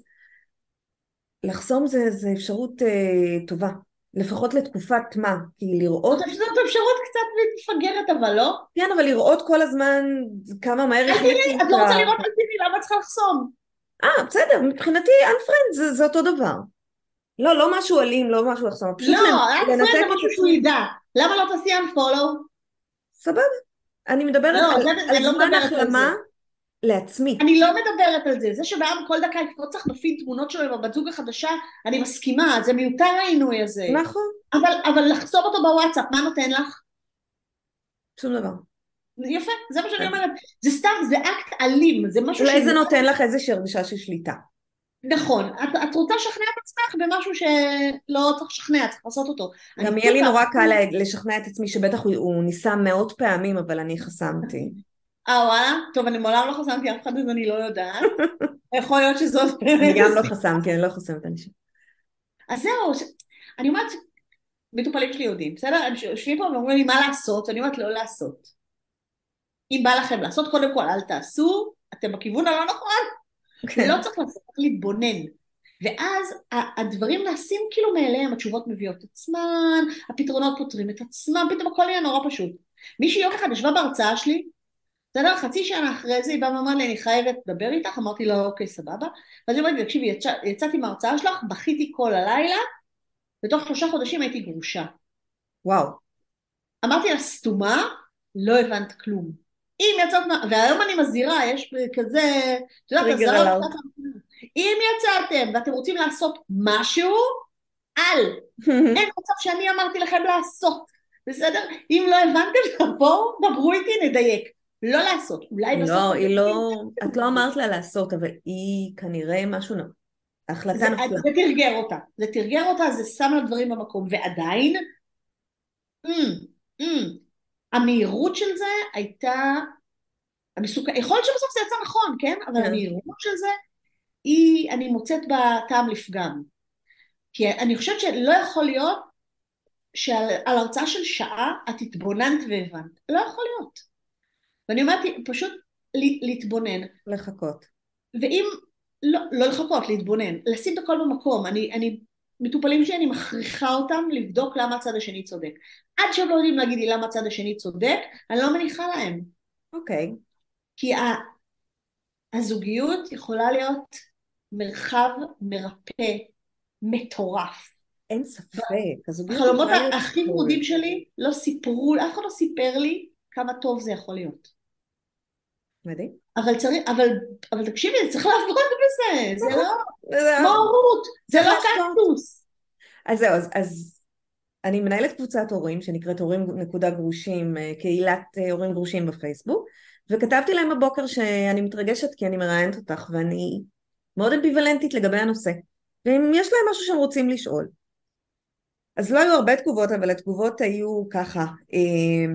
לחסום זה, זה אפשרות אה, טובה, לפחות לתקופת מה, כי זאת לראות, זאת אפשרות קצת מתפגרת, אבל לא. כן, אבל לראות כל הזמן כמה מהר אל החליפו תראי, את לא רוצה אותה, לראות אל תראי, למה את צריכה לחסום? אה, בסדר, מבחינתי unfriend זה, זה אותו דבר, לא, לא משהו אלים, לא משהו לחסום, פשוט לא, unfriend לנתק זה את משהו שהוא עצמי, ידע. למה לא תעשי unfollow? סבבה, אני מדברת לא, על, זה, על אני לא זמן מדברת על זה. החלמה לעצמי, אני לא מדברת על זה. זה שבעם כל דקה יקפוץ לך בפיד תמונות שלו עם הבת זוג החדשה, אני מסכימה, זה מיותר העינוי הזה. נכון, אבל, אבל לחסום אותו בוואטסאפ, מה נותן לך? שום דבר. יפה, זה מה שאני אז אומרת. זה סתם, זה אקט אלים, זה משהו אולי זה שנראה... נותן לך איזושהי הרגשה של שליטה. נכון, את, את רוצה לשכנע את עצמך במשהו שלא צריך לשכנע, צריך לעשות אותו. גם יהיה הניתוק לי נורא קל האמיתי... לשכנע את עצמי שבטח הוא, הוא ניסה מאות פעמים, אבל אני חסמתי. אה וואלה, טוב אני מעולם לא חסמתי אף אחד אז אני לא יודעת. יכול להיות שזאת אני באמת גם לא הסיבה. חסמתי, אני לא חסמת אנשים. אז זהו, ש... אני אומרת, מטופלים שלי יודעים, בסדר? הם יושבים פה ואומרים לי מה לעשות, ואני אומרת לא לעשות. אם בא לכם לעשות, קודם כל אל תעשו, אתם בכיוון הלא נכון, לא כן. צריך לעשות, צריך להתבונן. ואז הדברים נעשים כאילו מאליהם, התשובות מביאות את עצמן, הפתרונות פותרים את עצמם, פתאום הכל יהיה נורא פשוט. מישהי יום אחד ישבה בהרצאה שלי, בסדר? חצי שנה אחרי זה היא באה ואמרה לי, אני חייבת לדבר איתך, אמרתי לה, אוקיי, סבבה. ואז היא אומרת, תקשיבי, יצא, יצאתי מההרצאה שלך, בכיתי כל הלילה, בתוך שלושה חודשים הייתי גרושה. וואו. אמרתי לה, סתומה, לא הבנת כלום. אם יצאת, והיום אני מזהירה, יש כזה, את יודעת, טריגר הזרות, אלארט. אם יצאתם ואתם רוצים לעשות משהו, אל. אין מצב שאני אמרתי לכם לעשות, בסדר? אם לא הבנתם, תבואו, דברו איתי, נדייק. לא לעשות, אולי בסוף... לא, היא לא, תדייק. את לא אמרת לה לעשות, אבל היא כנראה משהו, נ- זה, ההחלטה נפלה. זה תרגר אותה, זה תרגר אותה, זה שם לה דברים במקום, ועדיין, mm, mm, המהירות של זה הייתה, המסוכ... יכול להיות שבסוף זה יצא נכון, כן? אבל כן. המהירות של זה, היא, אני מוצאת בה טעם לפגם. כי אני חושבת שלא יכול להיות שעל על הרצאה של שעה את התבוננת והבנת. לא יכול להיות. ואני אומרת, פשוט להתבונן. לחכות. ואם, לא, לא לחכות, להתבונן, לשים את הכל במקום. אני, אני, מטופלים שאני מכריחה אותם לבדוק למה הצד השני צודק. עד שהם לא יודעים להגיד לי למה הצד השני צודק, אני לא מניחה להם. אוקיי. כי הזוגיות יכולה להיות מרחב מרפא מטורף. אין ספק, הזוגיות החלומות יכולה להיות הכי טוב. ורודים שלי לא סיפרו, אף אחד לא סיפר לי כמה טוב זה יכול להיות. מדהים. אבל צריך, אבל, אבל תקשיבי, צריך לעבוד בזה, זה לא, זה- כמו הורות, זה צריך לא להשקעות. קקטוס. אז זהו, אז, אז אני מנהלת קבוצת הורים שנקראת הורים נקודה גרושים, אה, קהילת אה, הורים גרושים בפייסבוק, וכתבתי להם בבוקר שאני מתרגשת כי אני מראיינת אותך ואני מאוד אמביוולנטית לגבי הנושא, ואם יש להם משהו שהם רוצים לשאול. אז לא היו הרבה תגובות, אבל התגובות היו ככה: אה,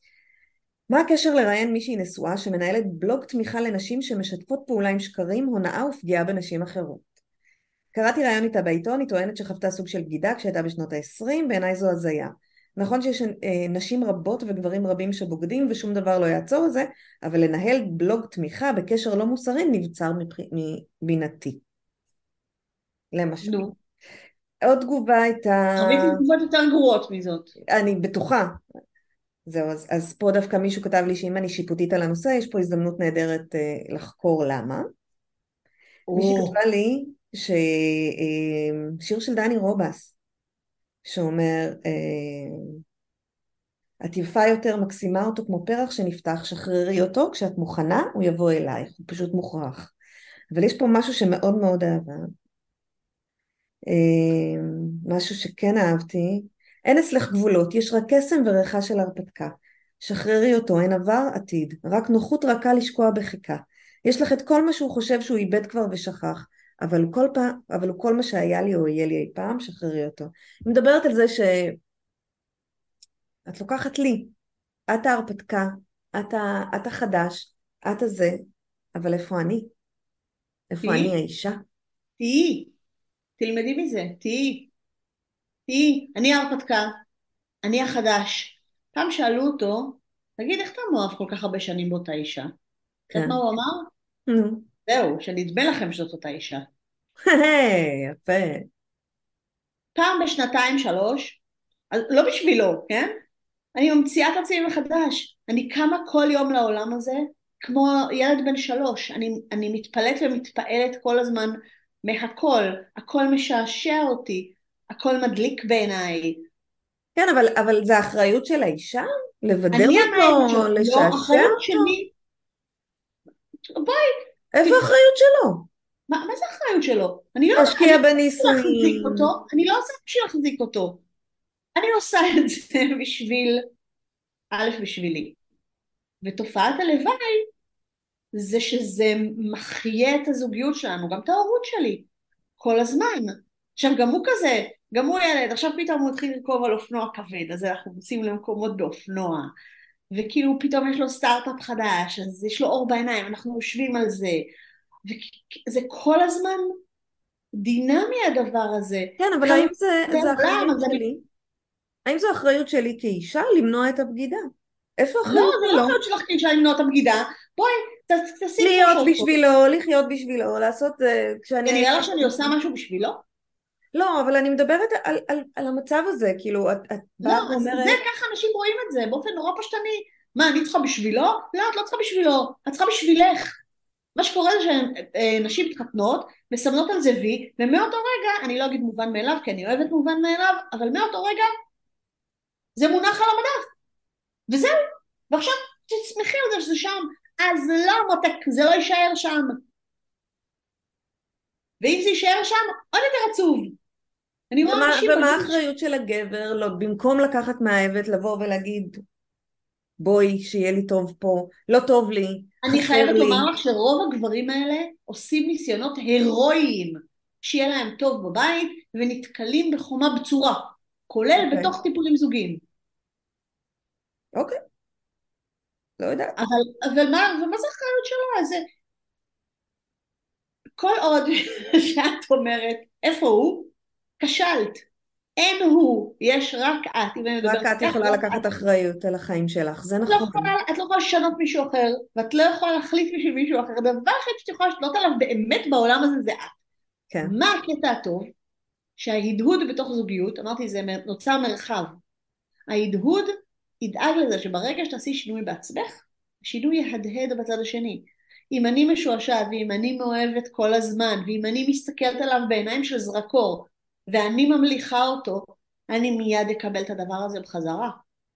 מה הקשר לראיין מישהי נשואה שמנהלת בלוג תמיכה לנשים שמשתפות פעולה עם שקרים, הונאה ופגיעה בנשים אחרות? קראתי ראיון איתה בעיתון, היא טוענת שחוותה סוג של בגידה כשהייתה בשנות ה-עשרים, בעיניי זו הזיה. נכון שיש אה, נשים רבות וגברים רבים שבוגדים ושום דבר לא יעצור את זה, אבל לנהל בלוג תמיכה בקשר לא מוסרי נבצר מבינתי. למשל. נו, עוד תגובה הייתה... חוויתי תגובות יותר גרועות מזאת. אני בטוחה. זהו, אז, אז פה דווקא מישהו כתב לי שאם אני שיפוטית על הנושא, יש פה הזדמנות נהדרת אה, לחקור למה. מישהי או, כתבה לי ששיר של דני רובס, שאומר, אה, את יפה יותר, מקסימה אותו כמו פרח שנפתח, שחררי אותו, כשאת מוכנה הוא יבוא אלייך, הוא פשוט מוכרח. אבל יש פה משהו שמאוד מאוד אהבה, אה, משהו שכן אהבתי: אין אצלך גבולות, יש רק קסם וריחה של הרפתקה. שחררי אותו, אין עבר, עתיד, רק נוחות רכה לשקוע בחיכה. יש לך את כל מה שהוא חושב שהוא איבד כבר ושכח, אבל הוא כל פעם, אבל הוא כל מה שהיה לי או יהיה לי אי פעם, שחררי אותו. אני מדברת על זה שאת לוקחת לי, את ההרפתקה, את, ה, את החדש, את הזה, אבל איפה אני? איפה אני תהי, האישה? תהי, תלמדי מזה, תהי, תהי, אני ההרפתקה, אני החדש. פעם שאלו אותו, תגיד, איך אתה מאוהב כל כך הרבה שנים באותה אישה? את יודעת כן. מה הוא אמר? נו. זהו, שנדמה לכם שזאת אותה אישה. יפה. פעם בשנתיים שלוש, אז לא בשבילו, כן? אני ממציאה את עצמי מחדש. אני קמה כל יום לעולם הזה כמו ילד בן שלוש. אני, אני מתפלאת ומתפעלת כל הזמן מהכל. הכל משעשע אותי. הכל מדליק בעיניי. כן, אבל, אבל זה האחריות של האישה? לבדר אני המאהבת אותו, שלו. לא, לשעשע אחריות אותו? שלי. בואי, איפה תבחרי. האחריות שלו? מה, מה זה האחריות שלו? אני לא, אני להשקיע לא עושה להחזיק בנישואים. אותו. אני לא עושה בשביל להחזיק אותו. אני עושה את זה בשביל, א', בשבילי. ותופעת הלוואי זה שזה מחיה את הזוגיות שלנו, גם את ההורות שלי, כל הזמן. עכשיו גם הוא כזה, גם הוא ילד, עכשיו פתאום הוא התחיל לרכוב על אופנוע כבד, אז אנחנו נוסעים למקומות באופנוע, וכאילו פתאום יש לו סטארט-אפ חדש, אז יש לו אור בעיניים, אנחנו יושבים על זה, וזה כל הזמן דינמי הדבר הזה. כן, אבל כמה האם זה, זה זה עולם, האחריות אז אני... שלי? האם זו האחריות שלי כאישה למנוע את הבגידה? איפה לא, האחריות זה לא שלו? אחריות שלך כאישה למנוע את הבגידה, בואי, ת- תעשי כמו להיות שעושות. בשבילו, לחיות בשבילו, לעשות... אה, כשאני זה נראה הייתי... לך שאני עושה משהו בשבילו? לא, אבל אני מדברת על, על, על המצב הזה, כאילו, את, את לא, באה אז זה ואומרת... ככה אנשים רואים את זה, באופן נורא פשטני. מה, אני צריכה בשבילו? לא, את לא צריכה בשבילו, את צריכה בשבילך. מה שקורה זה שנשים מתחתנות, מסמנות על זה וי, ומאותו רגע, אני לא אגיד מובן מאליו, כי אני אוהבת מובן מאליו, אבל מאותו רגע, זה מונח על המדף. וזהו. ועכשיו תשמחי על זה שזה שם. אז לא, מותק, זה לא יישאר שם. ואם זה יישאר שם, עוד יותר עצוב. אני רואה ומה, אנשים ומה בגיל האחריות של הגבר? לא, במקום לקחת מהעבד לבוא ולהגיד, בואי, שיהיה לי טוב פה, לא טוב לי, אני חסר חייבת לומר לי. לך שרוב הגברים האלה עושים ניסיונות הירואיים שיהיה להם טוב בבית ונתקלים בחומה בצורה, כולל אוקיי, בתוך טיפולים זוגיים. אוקיי, לא יודעת. אבל, אבל מה, ומה זה האחריות שלו? זה, כל עוד שאת אומרת, איפה הוא? כשלת. אין הוא, יש רק את. אם אני רק מדברת את איתך, יכולה רק לקחת את. אחריות על החיים שלך, זה את לא נכון. יכולה, את לא יכולה לשנות מישהו אחר, ואת לא יכולה להחליף בשביל מישהו אחר. הדבר היחיד שאת יכולה לשנות עליו באמת בעולם הזה זה את. כן. מה הקטע הטוב? שההדהוד בתוך זוגיות, אמרתי זה נוצר מרחב, ההדהוד ידאג לזה שברגע שתעשי שינוי בעצמך, השינוי יהדהד בצד השני. אם אני משועשעת ואם אני מאוהבת כל הזמן ואם אני מסתכלת עליו בעיניים של זרקור ואני ממליכה אותו, אני מיד אקבל את הדבר הזה בחזרה.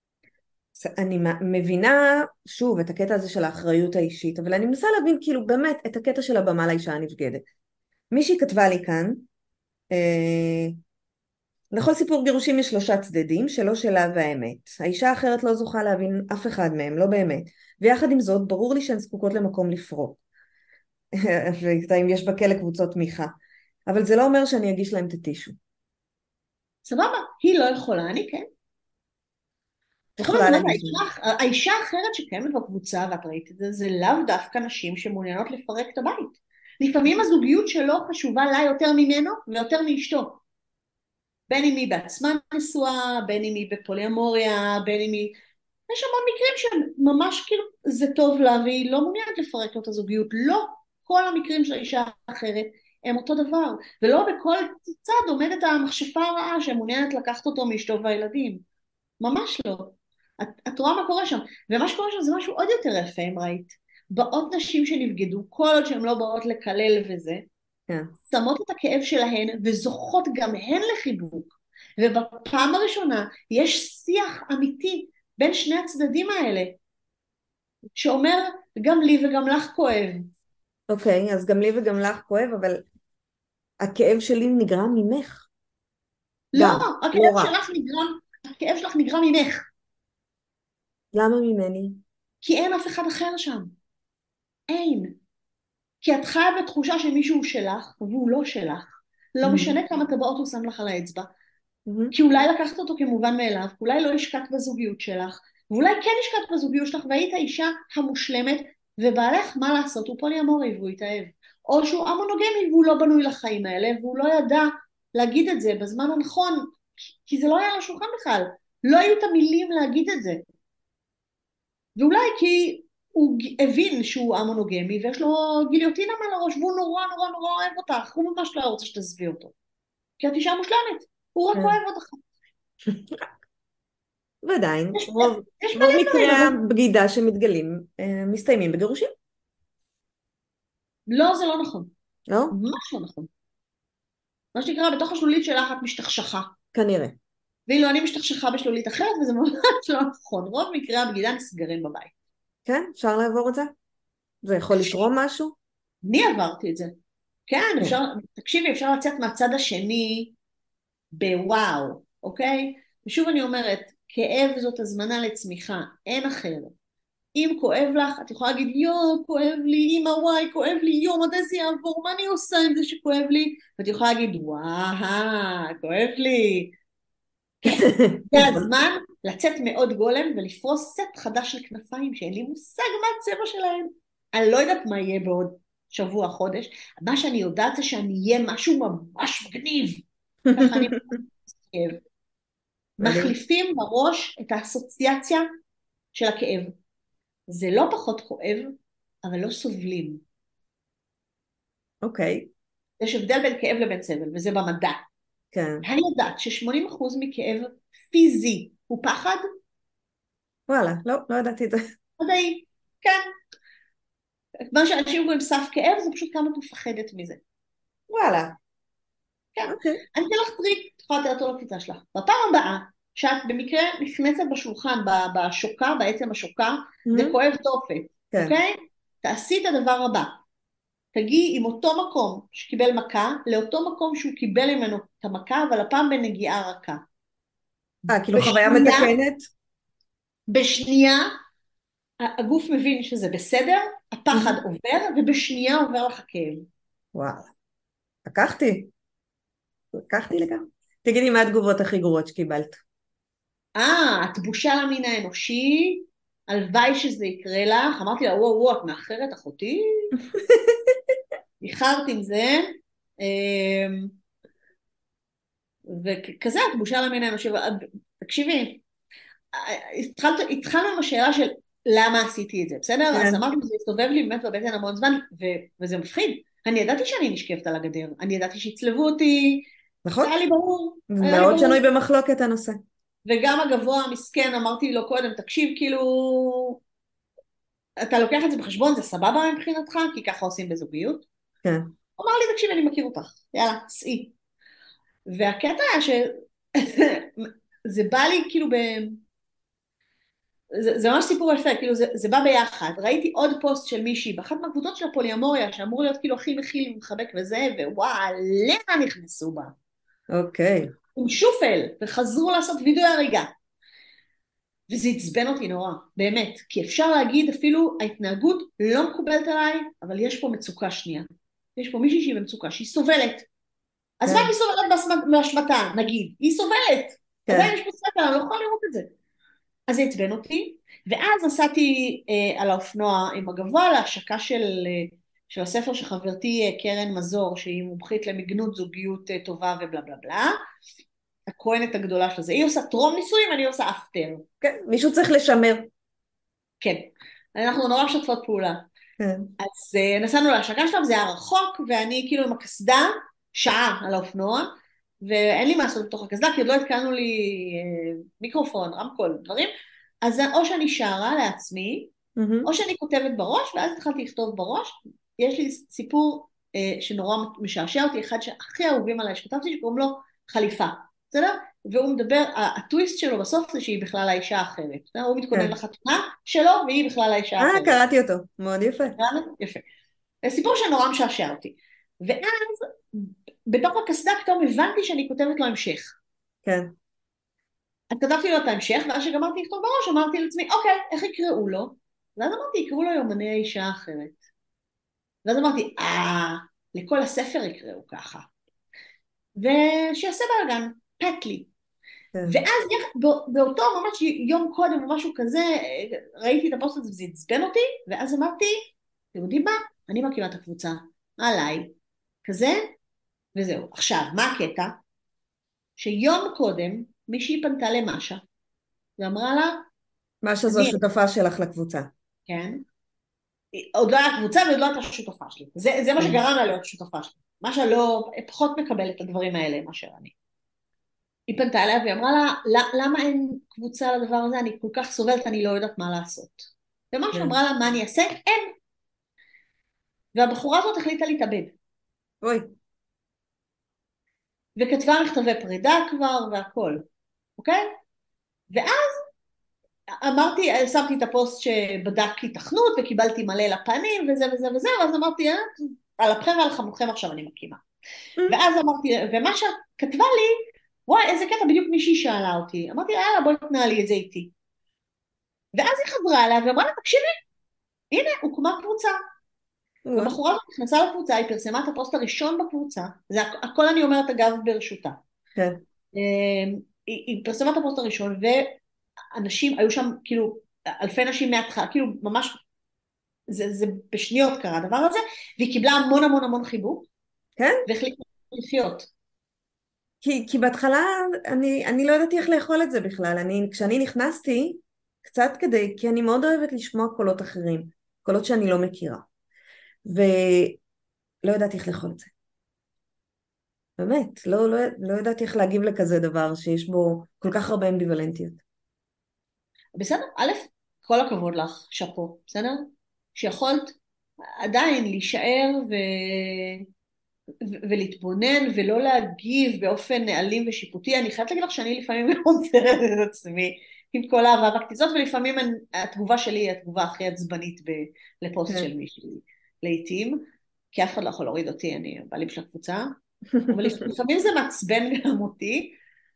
אני מבינה שוב את הקטע הזה של האחריות האישית, אבל אני מנסה להבין כאילו באמת את הקטע של הבמה לאישה הנבגדת. מישהי כתבה לי כאן, אה, לכל סיפור גירושים יש שלושה צדדים, שלו שלה והאמת. האישה האחרת לא זוכה להבין אף אחד מהם, לא באמת. ויחד עם זאת, ברור לי שהן זקוקות למקום לפרוק. ואם יש בכלא קבוצות תמיכה. אבל זה לא אומר שאני אגיש להם את הטישו. סבבה, היא לא יכולה, אני כן. תחום יכולה הזמן, להגיש. האישה, האישה האחרת שקיימת בקבוצה, ואת ראית את זה, זה לאו דווקא נשים שמעוניינות לפרק את הבית. לפעמים הזוגיות שלו חשובה לה יותר ממנו ויותר מאשתו. בין אם היא בעצמה נשואה, בין אם היא בפוליאמוריה, בין אם היא... יש המון מקרים שממש כאילו זה טוב לה והיא לא מעוניינת לפרק לו את הזוגיות. לא כל המקרים של האישה האחרת הם אותו דבר. ולא בכל צד עומדת המכשפה הרעה שמעוניינת לקחת אותו מאשתו והילדים. ממש לא. את, את רואה מה קורה שם. ומה שקורה שם זה משהו עוד יותר יפה, אם ראית. באות נשים שנבגדו, כל עוד שהן לא באות לקלל וזה, כן. שמות את הכאב שלהן וזוכות גם הן לחיבוק. ובפעם הראשונה יש שיח אמיתי בין שני הצדדים האלה, שאומר גם לי וגם לך כואב. אוקיי, אז גם לי וגם לך כואב, אבל הכאב שלי נגרם ממך. לא, גם, לא הכאב רק. שלך נגרם, הכאב שלך נגרם ממך, למה ממני? כי אין אף אחד אחר שם. אין. כי את חיה בתחושה שמישהו שלך, והוא לא שלך. לא Mhm. משנה כמה טבעות הוא שם לך על האצבע. Mhm. כי אולי לקחת אותו כמובן מאליו, אולי לא השקעת בזוגיות שלך, ואולי כן השקעת בזוגיות שלך והיית האישה המושלמת, ובעלך מה לעשות, הוא פוליאמורי והוא התאהב. או שהוא המונוגמי והוא לא בנוי לחיים האלה, והוא לא ידע להגיד את זה בזמן הנכון, כי זה לא היה על השולחן בכלל. לא היו את המילים להגיד את זה. ואולי כי הוא הבין שהוא המונוגמי, ויש לו גיליוטינה מעל הראש, והוא נורא נורא נורא אוהב אותך, הוא ממש לא רוצה שתעזבי אותו. כי את אישה מושלמת, הוא רק כן. אוהב אותך. ועדיין, יש, רוב, יש רוב מלא מקרי דברים, אבל הבגידה שמתגלים אה, מסתיימים בגירושים, לא, זה לא נכון. לא? ממש לא נכון. מה שנקרא, בתוך השלולית שלך את משתכשכה. כנראה. ואילו אני משתכשכה בשלולית אחרת, וזה ממש לא נכון. רוב מקרי הבגידה נסגרים בבית. כן, אפשר לעבור את זה? זה יכול לתרום משהו? אני עברתי את זה. כן, כן. אפשר, תקשיבי, אפשר לצאת מהצד השני בוואו, אוקיי? ושוב אני אומרת, כאב זאת הזמנה לצמיחה, אין אחר. אם כואב לך, את יכולה להגיד, יו, כואב לי, אמא, וואי, כואב לי, יו, מתי זה יעבור, מה אני עושה עם זה שכואב לי? ואת יכולה להגיד, וואו, כואב לי. כן, זה הזמן לצאת מאוד גולם ולפרוס סט חדש של כנפיים, שאין לי מושג מה הצבע שלהם. אני לא יודעת מה יהיה בעוד שבוע, חודש. מה שאני יודעת זה שאני אהיה משהו ממש מגניב. ככה אני כאב. מדהים. מחליפים בראש את האסוציאציה של הכאב. זה לא פחות כואב, אבל לא סובלים. אוקיי, יש הבדל בין כאב לבין סבל, וזה במדע. כן. אני יודעת ש-שמונים אחוז מכאב פיזי הוא פחד, וואלה, לא, לא ידעתי את זה. מדעי, כן. מה שאנשים קוראים סף כאב, זה פשוט כמה את מפחדת מזה. וואלה, כן. אוקיי. אני אתן לך טריק, את יכולה לתת אותו לקפיצה שלך. בפעם הבאה, שאת במקרה נכנסת בשולחן, בשוקה, בעצם השוקה, Mhm. וכואב תופת, כן, אוקיי? תעשי את הדבר הבא. תגיעי עם אותו מקום שקיבל מכה, לאותו מקום שהוא קיבל ממנו את המכה, אבל הפעם בנגיעה רכה. אה, כאילו חוויה בשנייה, מתקנת? בשנייה, הגוף מבין שזה בסדר, הפחד Mhm. עובר, ובשנייה עובר לך כאב. וואו, לקחתי, לקחתי לגמרי. תגידי, מה התגובות הכי גרועות שקיבלת? אה, את בושה למין האנושי, הלוואי שזה יקרה לך. אמרתי לה, וואו, וואו, את מאחרת אחותי? איחרת עם זה. אמ, וכזה, את בושה למין האנושי. תקשיבי, התחלת, התחלנו עם השאלה של למה עשיתי את זה, בסדר? אז כן, אמרתי, זה הסתובב לי באמת בבטן המון זמן, ו, וזה מפחיד. אני ידעתי שאני נשקפת על הגדר, אני ידעתי שיצלבו אותי, זה נכון? היה לי ברור, זה היה לי מאוד שנוי ברור. במחלוקת הנושא. וגם הגבוה המסכן, אמרתי לו קודם, תקשיב, כאילו, אתה לוקח את זה בחשבון, זה סבבה מבחינתך, כי ככה עושים בזוגיות. כן. הוא אמר לי, תקשיב, אני מכיר אותך, יאללה, סעי. והקטע היה שזה בא לי כאילו ב... זה, זה ממש סיפור יפה, כאילו זה, זה בא ביחד. ראיתי עוד פוסט של מישהי, באחת מהקבוצות של הפוליאמוריה, שאמור להיות כאילו הכי מכיל ומחבק וזה, ווואלה נכנסו בה. אוקיי. עם שופל, וחזרו לעשות וידאו הריגה. וזה עצבן אותי נורא, באמת. כי אפשר להגיד אפילו, ההתנהגות לא מקובלת עליי, אבל יש פה מצוקה שנייה. יש פה מישהי שהיא במצוקה, שהיא סובלת. אז מה כן, היא סובלת באשמתה, נגיד? היא סובלת. כן. עדיין יש פה סבל, אני לא יכולה לראות את זה. אז זה עצבן אותי, ואז נסעתי אה, על האופנוע עם הגבוה להשקה של, אה, של הספר של חברתי אה, קרן מזור, שהיא מומחית למגנות זוגיות אה, טובה ובלה בלה בלה, הכהנת הגדולה של זה. היא עושה טרום נישואים, אני עושה אפטר. כן, מישהו צריך לשמר. כן, אנחנו נורא משתפות פעולה. כן. אז אה, נסענו להשקה שלו, זה היה רחוק, ואני כאילו עם הקסדה, שעה על האופנוע, ואין לי מה לעשות בתוך הקסדה, כי עוד לא התקענו לי אה, מיקרופון, רמקול, דברים, אז או שאני שרה לעצמי, Mhm. או שאני כותבת בראש, ואז התחלתי לכתוב בראש. יש לי סיפור אה, שנורא משעשע אותי, אחד שהכי אהובים עליי שכתבתי, שקוראים לו חליפה, בסדר? והוא מדבר, הטוויסט שלו בסוף זה שהיא בכלל האישה האחרת, בסדר? הוא מתכונן כן. לחתונה שלו, והיא בכלל האישה אה, האחרת. קראתי אותו. מאוד יפה. יפה. זה סיפור שנורא משעשע אותי. ואז, בתוך הקסדה פתאום הבנתי שאני כותבת לו המשך. כן. אז כתבתי לו את ההמשך, ואז שגמרתי לכתוב בראש, אמרתי לעצמי, אוקיי, איך יקראו לו? ואז אמרתי, יקראו לו יומני האישה האחרת. ואז אמרתי, אה, לכל הספר יקראו ככה. ושיעשה בלגן, פטלי. כן. ואז באותו ממש יום קודם או משהו כזה, ראיתי את הפוסט הזה וזה עצבן אותי, ואז אמרתי, אתם יודעים מה? אני מקימה את הקבוצה, עליי, כזה, וזהו. עכשיו, מה הקטע? שיום קודם מישהי פנתה למשה, ואמרה לה, מה שזו אני, השותפה שלך לקבוצה. כן, עוד לא היה קבוצה ועוד לא הייתה שותפה שלי. זה, זה מה כן. שגרם לה להיות שותפה שלי. מה שלא, פחות מקבל את הדברים האלה מאשר אני. היא פנתה אליה והיא אמרה לה, למה אין קבוצה לדבר הזה? אני כל כך סובלת, אני לא יודעת מה לעשות. ומה כן. שאמרה לה, מה אני אעשה? אין. והבחורה הזאת החליטה להתאבד. אוי. וכתבה מכתבי פרידה כבר והכל. אוקיי? ואז אמרתי, שמתי את הפוסט שבדק התכנות וקיבלתי מלא לפנים וזה וזה וזה, ואז אמרתי, אה, על אפכם ועל חמותכם עכשיו אני מקימה. Mm. ואז אמרתי, ומה שכתבה לי, וואי, איזה קטע, בדיוק מישהי שאלה אותי. אמרתי, יאללה, בואי תנהלי את זה איתי. ואז היא חזרה אליה ואמרה לה, תקשיבי, הנה, הוקמה קבוצה. וואו. והבחורה הזאת נכנסה לקבוצה, היא פרסמה את הפוסט הראשון בקבוצה, זה הכל אני אומרת אגב ברשותה. כן. היא, היא פרסמה את הפוסט הראשון, ואנשים, היו שם כאילו אלפי נשים מהתחלה, כאילו ממש, זה, זה בשניות קרה הדבר הזה, והיא קיבלה המון המון המון חיבוק, כן? והחליטה לחיות. כי, כי בהתחלה אני, אני לא ידעתי איך לאכול את זה בכלל. אני, כשאני נכנסתי, קצת כדי, כי אני מאוד אוהבת לשמוע קולות אחרים, קולות שאני לא מכירה. ולא ידעתי איך לאכול את זה. באמת, לא, לא, לא ידעתי איך להגיב לכזה דבר שיש בו כל כך הרבה אמביוולנטיות. בסדר, א', כל הכבוד לך, שפו, בסדר? שיכולת עדיין להישאר ו... ו- ולהתבונן ולא להגיב באופן נעלים ושיפוטי. אני חייבת להגיד לך שאני לפעמים עוצרת את עצמי עם כל האהבה והקטיזות, ולפעמים התגובה שלי היא התגובה הכי עצבנית ב- לפוסט כן. של מישהי לעתים. כי אף אחד לא יכול להוריד אותי, אני הבעלים של הקבוצה, אבל לפעמים זה מעצבן גם אותי,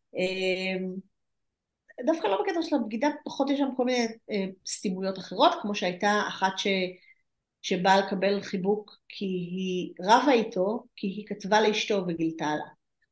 דווקא לא בקטע של הבגידה, פחות יש שם כל מיני סתימויות אחרות, כמו שהייתה אחת ש... שבאה לקבל חיבוק כי היא רבה איתו, כי היא כתבה לאשתו וגילתה לה.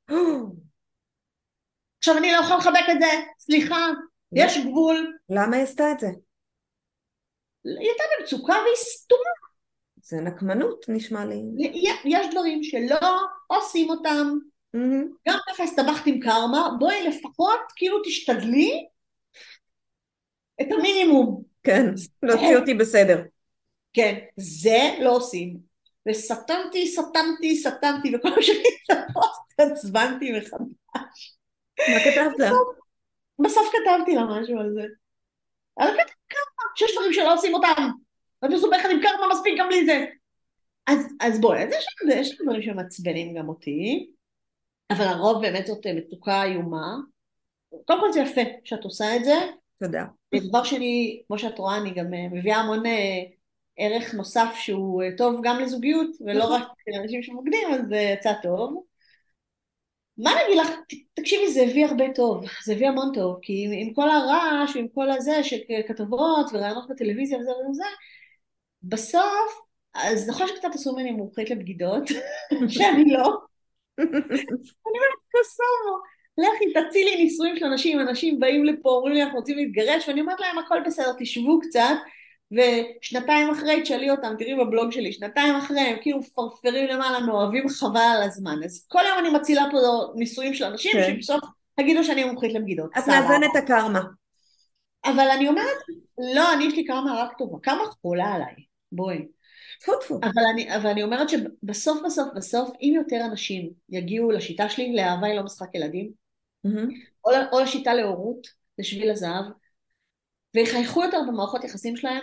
עכשיו אני לא יכולה לחבק את זה, סליחה, יש גבול. למה היא עשתה את זה? היא הייתה במצוקה והיא סתומה. זה נקמנות נשמע לי. יש דברים שלא עושים אותם, גם ככה הסתבכת עם קרמה, בואי לפחות כאילו תשתדלי את המינימום. כן, להוציא אותי בסדר. כן, זה לא עושים. וסתמתי, סתמתי, סתמתי, וכל מה שאני סתפוסט, עצבנתי מחדש. מה כתבת לה? בסוף כתבתי לה משהו על זה. אבל כתבתי קרמה, שיש דברים שלא עושים אותם. ואני מסובכת עם קרמה מספיק גם לי זה. אז, אז בואי, אז יש, יש דברים שמצבנים גם אותי, אבל הרוב באמת זאת מצוקה איומה. קודם כל זה יפה שאת עושה את זה. תודה. דבר שני, כמו שאת רואה, אני גם מביאה המון ערך נוסף שהוא טוב גם לזוגיות, ולא רק לאנשים שמוקדים, אז זה יצא טוב. מה נגיד לך, תקשיבי, זה הביא הרבה טוב, זה הביא המון טוב, כי עם כל הרעש, עם כל הזה, שכתבות ורעיונות בטלוויזיה וזה וזה, בסוף, אז נכון שקצת עשו ממני מומחית לבגידות, שאני לא. אני אומרת, קסומו, לכי תצילי נישואים של אנשים, אנשים באים לפה, אומרים לי אנחנו רוצים להתגרש, ואני אומרת להם הכל בסדר, תשבו קצת, ושנתיים אחרי תשאלי אותם, תראי בבלוג שלי, שנתיים אחרי הם כאילו פרפרים למעלה, מאוהבים חבל על הזמן, אז כל יום אני מצילה פה נישואים של אנשים, okay. שבסוף תגידו שאני מומחית לבגידות. את מאזנת את הקרמה. אבל אני אומרת, לא, אני יש לי קרמה רק טובה, קרמה חולה עליי, בואי. אבל אני, אבל אני אומרת שבסוף בסוף בסוף אם יותר אנשים יגיעו לשיטה שלי, לאהבה היא לא משחק ילדים, mm-hmm. או, או לשיטה להורות, לשביל הזהב, ויחייכו יותר במערכות יחסים שלהם,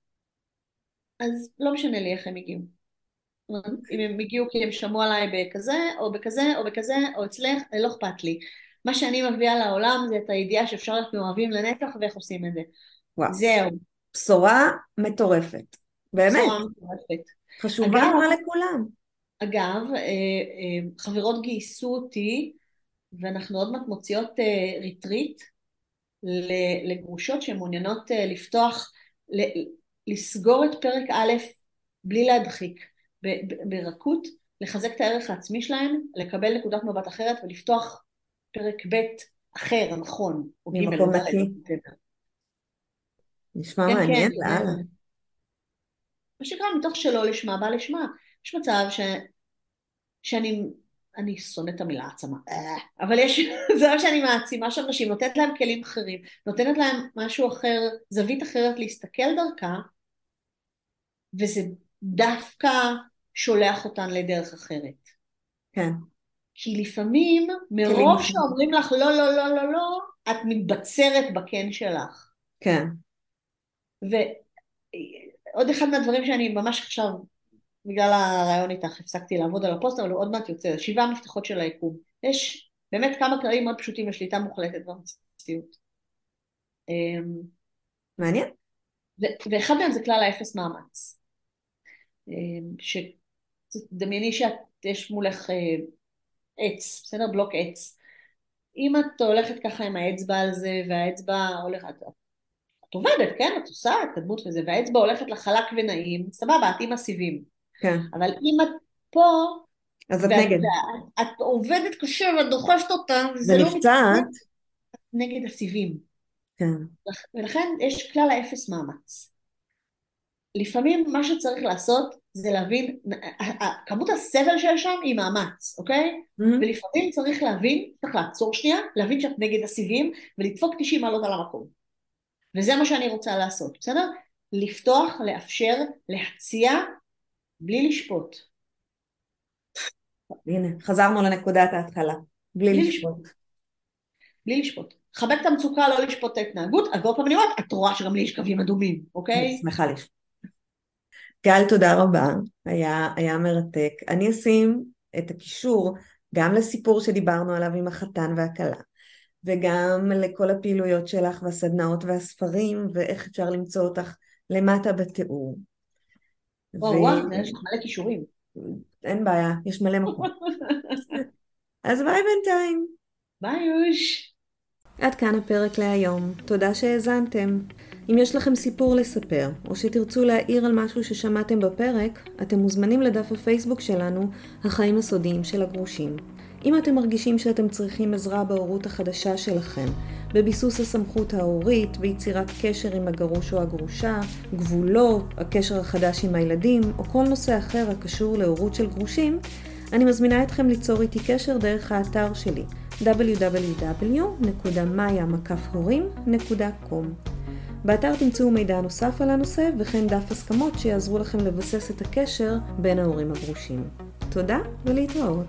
אז לא משנה לי איך הם הגיעו. אם הם הגיעו כי הם שמעו עליי בכזה, או בכזה, או בכזה, או אצלך, לא אכפת לי. מה שאני מביאה לעולם זה את הידיעה שאפשר להיות מאוהבים לנצח, ואיך עושים את זה. וואו. זהו. בשורה מטורפת. באמת. בשורה מטורפת. חשובה אמרה לכולם. אגב, חברות גייסו אותי, ואנחנו עוד מעט מוציאות ריטריט לגרושות שמעוניינות לפתוח, לסגור את פרק א' בלי להדחיק, ברכות, לחזק את הערך העצמי שלהם, לקבל נקודת מבט אחרת ולפתוח פרק ב' אחר, נכון. ממקום נקי. נשמע מעניין, לאללה. מה שקרה מתוך שלא לשמה, בא לשמה. יש מצב ש... שאני אני שונאת את המילה העצמה, אבל יש, זה מה שאני מעצימה של נשים, נותנת להם כלים אחרים, נותנת להם משהו אחר, זווית אחרת להסתכל דרכה, וזה דווקא שולח אותן לדרך אחרת. כן. כי לפעמים, מרוב שאומרים לך לא, לא, לא, לא, לא, את מתבצרת בכן שלך. כן. ועוד אחד מהדברים שאני ממש עכשיו, בגלל הרעיון איתך, הפסקתי לעבוד על הפוסט, אבל הוא עוד מעט יוצא, שבעה המפתחות של היקום. יש באמת כמה כללים מאוד פשוטים לשליטה מוחלטת במציאות. מעניין. ואחד מהם זה כלל האפס מאמץ. שדמייני שיש מולך עץ, בסדר? בלוק עץ. אם את הולכת ככה עם האצבע על זה, והאצבע הולכת, את עובדת, כן? את עושה את הדמות וזה, והאצבע הולכת לחלק ונעים, סבבה, את עם הסיבים. כן. אבל אם את פה, אז את נגד. את עובדת קשה ואת דוחפת אותה, זה נפצעת. נגד הסיבים. כן. ולכן יש כלל האפס מאמץ. לפעמים מה שצריך לעשות זה להבין, כמות הסבל שיש שם היא מאמץ, אוקיי? Mm-hmm. ולפעמים צריך להבין, צריך לעצור שנייה, להבין שאת נגד הסיבים, ולדפוק תשעים מעלות על המקום. וזה מה שאני רוצה לעשות, בסדר? לפתוח, לאפשר, להציע, בלי לשפוט. הנה, חזרנו לנקודת ההתחלה. בלי, בלי לשפוט. לשפוט. בלי לשפוט. חבק את המצוקה, לא לשפוט את ההתנהגות, אז עוד פעם אני אומרת, את רואה שגם לי יש קווים אדומים, אוקיי? אני שמחה לשפוט. גל, תודה רבה, היה, היה מרתק. אני אשים את הקישור גם לסיפור שדיברנו עליו עם החתן והכלה, וגם לכל הפעילויות שלך והסדנאות והספרים, ואיך אפשר למצוא אותך למטה בתיאור. וואו, וואו, יש לך מלא קישורים. אין בעיה, יש מלא מקום. אז ביי בינתיים. ביי יוש. עד כאן הפרק להיום. תודה שהאזנתם. אם יש לכם סיפור לספר, או שתרצו להעיר על משהו ששמעתם בפרק, אתם מוזמנים לדף הפייסבוק שלנו, החיים הסודיים של הגרושים. אם אתם מרגישים שאתם צריכים עזרה בהורות החדשה שלכם, בביסוס הסמכות ההורית, ביצירת קשר עם הגרוש או הגרושה, גבולות, הקשר החדש עם הילדים, או כל נושא אחר הקשור להורות של גרושים, אני מזמינה אתכם ליצור איתי קשר דרך האתר שלי, דאבליו דאבליו דאבליו נקודה מאיה מקף הורים נקודה קום. באתר תמצאו מידע נוסף על הנושא וכן דף הסכמות שיעזרו לכם לבסס את הקשר בין ההורים הגרושים. תודה ולהתראות.